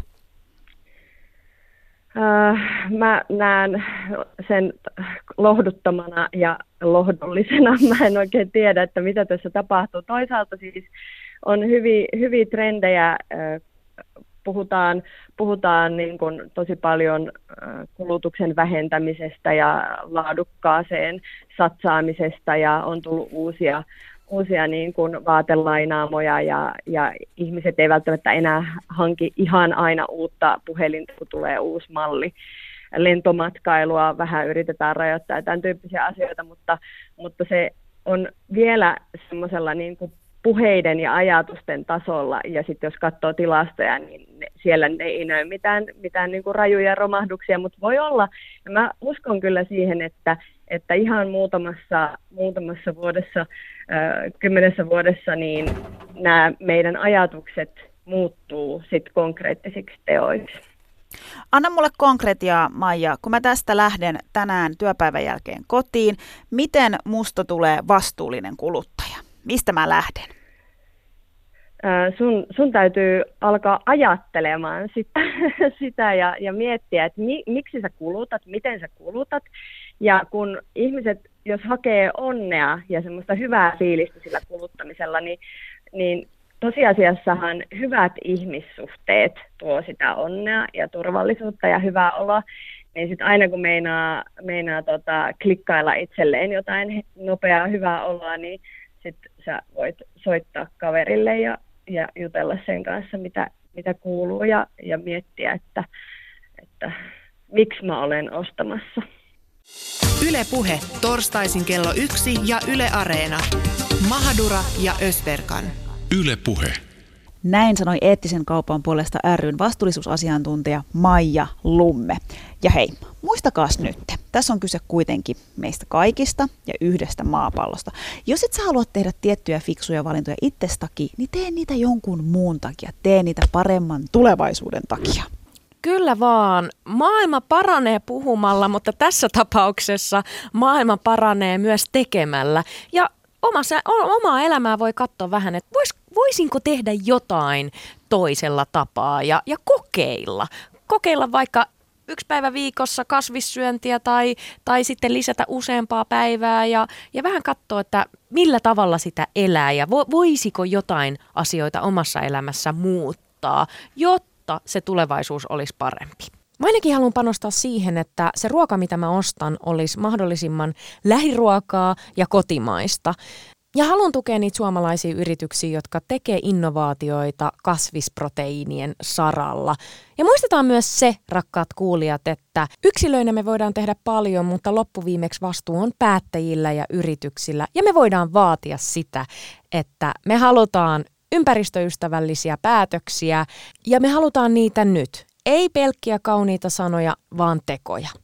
Äh, mä näen sen lohduttomana ja lohdullisena. Mä en oikein tiedä, että mitä tässä tapahtuu. Toisaalta siis on hyviä, hyviä trendejä. Äh, puhutaan puhutaan niin kuin tosi paljon äh, kulutuksen vähentämisestä ja laadukkaaseen satsaamisesta ja on tullut uusia uusia niin kuin vaatelainaamoja ja, ja ihmiset ei välttämättä enää hanki ihan aina uutta puhelinta, kun tulee uusi malli. Lentomatkailua vähän yritetään rajoittaa ja tämän tyyppisiä asioita, mutta, mutta se on vielä semmoisella niin kuin puheiden ja ajatusten tasolla, ja sitten jos katsoo tilastoja, niin ne, siellä ne ei näy mitään, mitään niin kuin rajuja romahduksia, mutta voi olla, ja mä uskon kyllä siihen, että, että ihan muutamassa, muutamassa vuodessa, äh, kymmenessä vuodessa, niin nämä meidän ajatukset muuttuu sitten konkreettisiksi teoiksi. Anna mulle konkretiaa, Maija, kun mä tästä lähden tänään työpäivän jälkeen kotiin, miten musta tulee vastuullinen kuluttaja? Mistä mä lähden? Sun, sun täytyy alkaa ajattelemaan sitä, sitä ja, ja miettiä, että mi, miksi sä kulutat, miten sä kulutat. Ja kun ihmiset, jos hakee onnea ja semmoista hyvää fiilistä sillä kuluttamisella, niin, niin tosiasiassahan hyvät ihmissuhteet tuo sitä onnea ja turvallisuutta ja hyvää oloa. Niin sitten aina kun meinaa, meinaa tota, klikkailla itselleen jotain nopeaa hyvää oloa, niin sitten sä voit soittaa kaverille ja, ja jutella sen kanssa, mitä, mitä kuuluu ja, ja miettiä, että, että miksi mä olen ostamassa. Yle Puhe, torstaisin kello yksi ja Yle Areena. Mahadura ja Ösberkan. Yle Puhe. Näin sanoi Eettisen kaupan puolesta ry:n vastuullisuusasiantuntija Maija Lumme. Ja hei, muistakaas nyt, tässä on kyse kuitenkin meistä kaikista ja yhdestä maapallosta. Jos et sä halua tehdä tiettyjä fiksuja valintoja itsestäkin, niin tee niitä jonkun muun takia, tee niitä paremman tulevaisuuden takia. Kyllä vaan. Maailma paranee puhumalla, mutta tässä tapauksessa maailma paranee myös tekemällä. Ja omassa, omaa elämää voi katsoa vähän, että vois, voisinko tehdä jotain toisella tapaa ja, ja kokeilla. Kokeilla vaikka yksi päivä viikossa kasvissyöntiä tai, tai sitten lisätä useampaa päivää ja, ja vähän katsoa, että millä tavalla sitä elää ja vo, voisiko jotain asioita omassa elämässä muuttaa, jotta se tulevaisuus olisi parempi. Mä ainakin haluan panostaa siihen, että se ruoka, mitä mä ostan, olisi mahdollisimman lähiruokaa ja kotimaista. Ja haluan tukea niitä suomalaisia yrityksiä, jotka tekee innovaatioita kasvisproteiinien saralla. Ja muistetaan myös se, rakkaat kuulijat, että yksilöinä me voidaan tehdä paljon, mutta loppuviimeksi vastuu on päättäjillä ja yrityksillä. Ja me voidaan vaatia sitä, että me halutaan ympäristöystävällisiä päätöksiä ja me halutaan niitä nyt. Ei pelkkiä kauniita sanoja, vaan tekoja.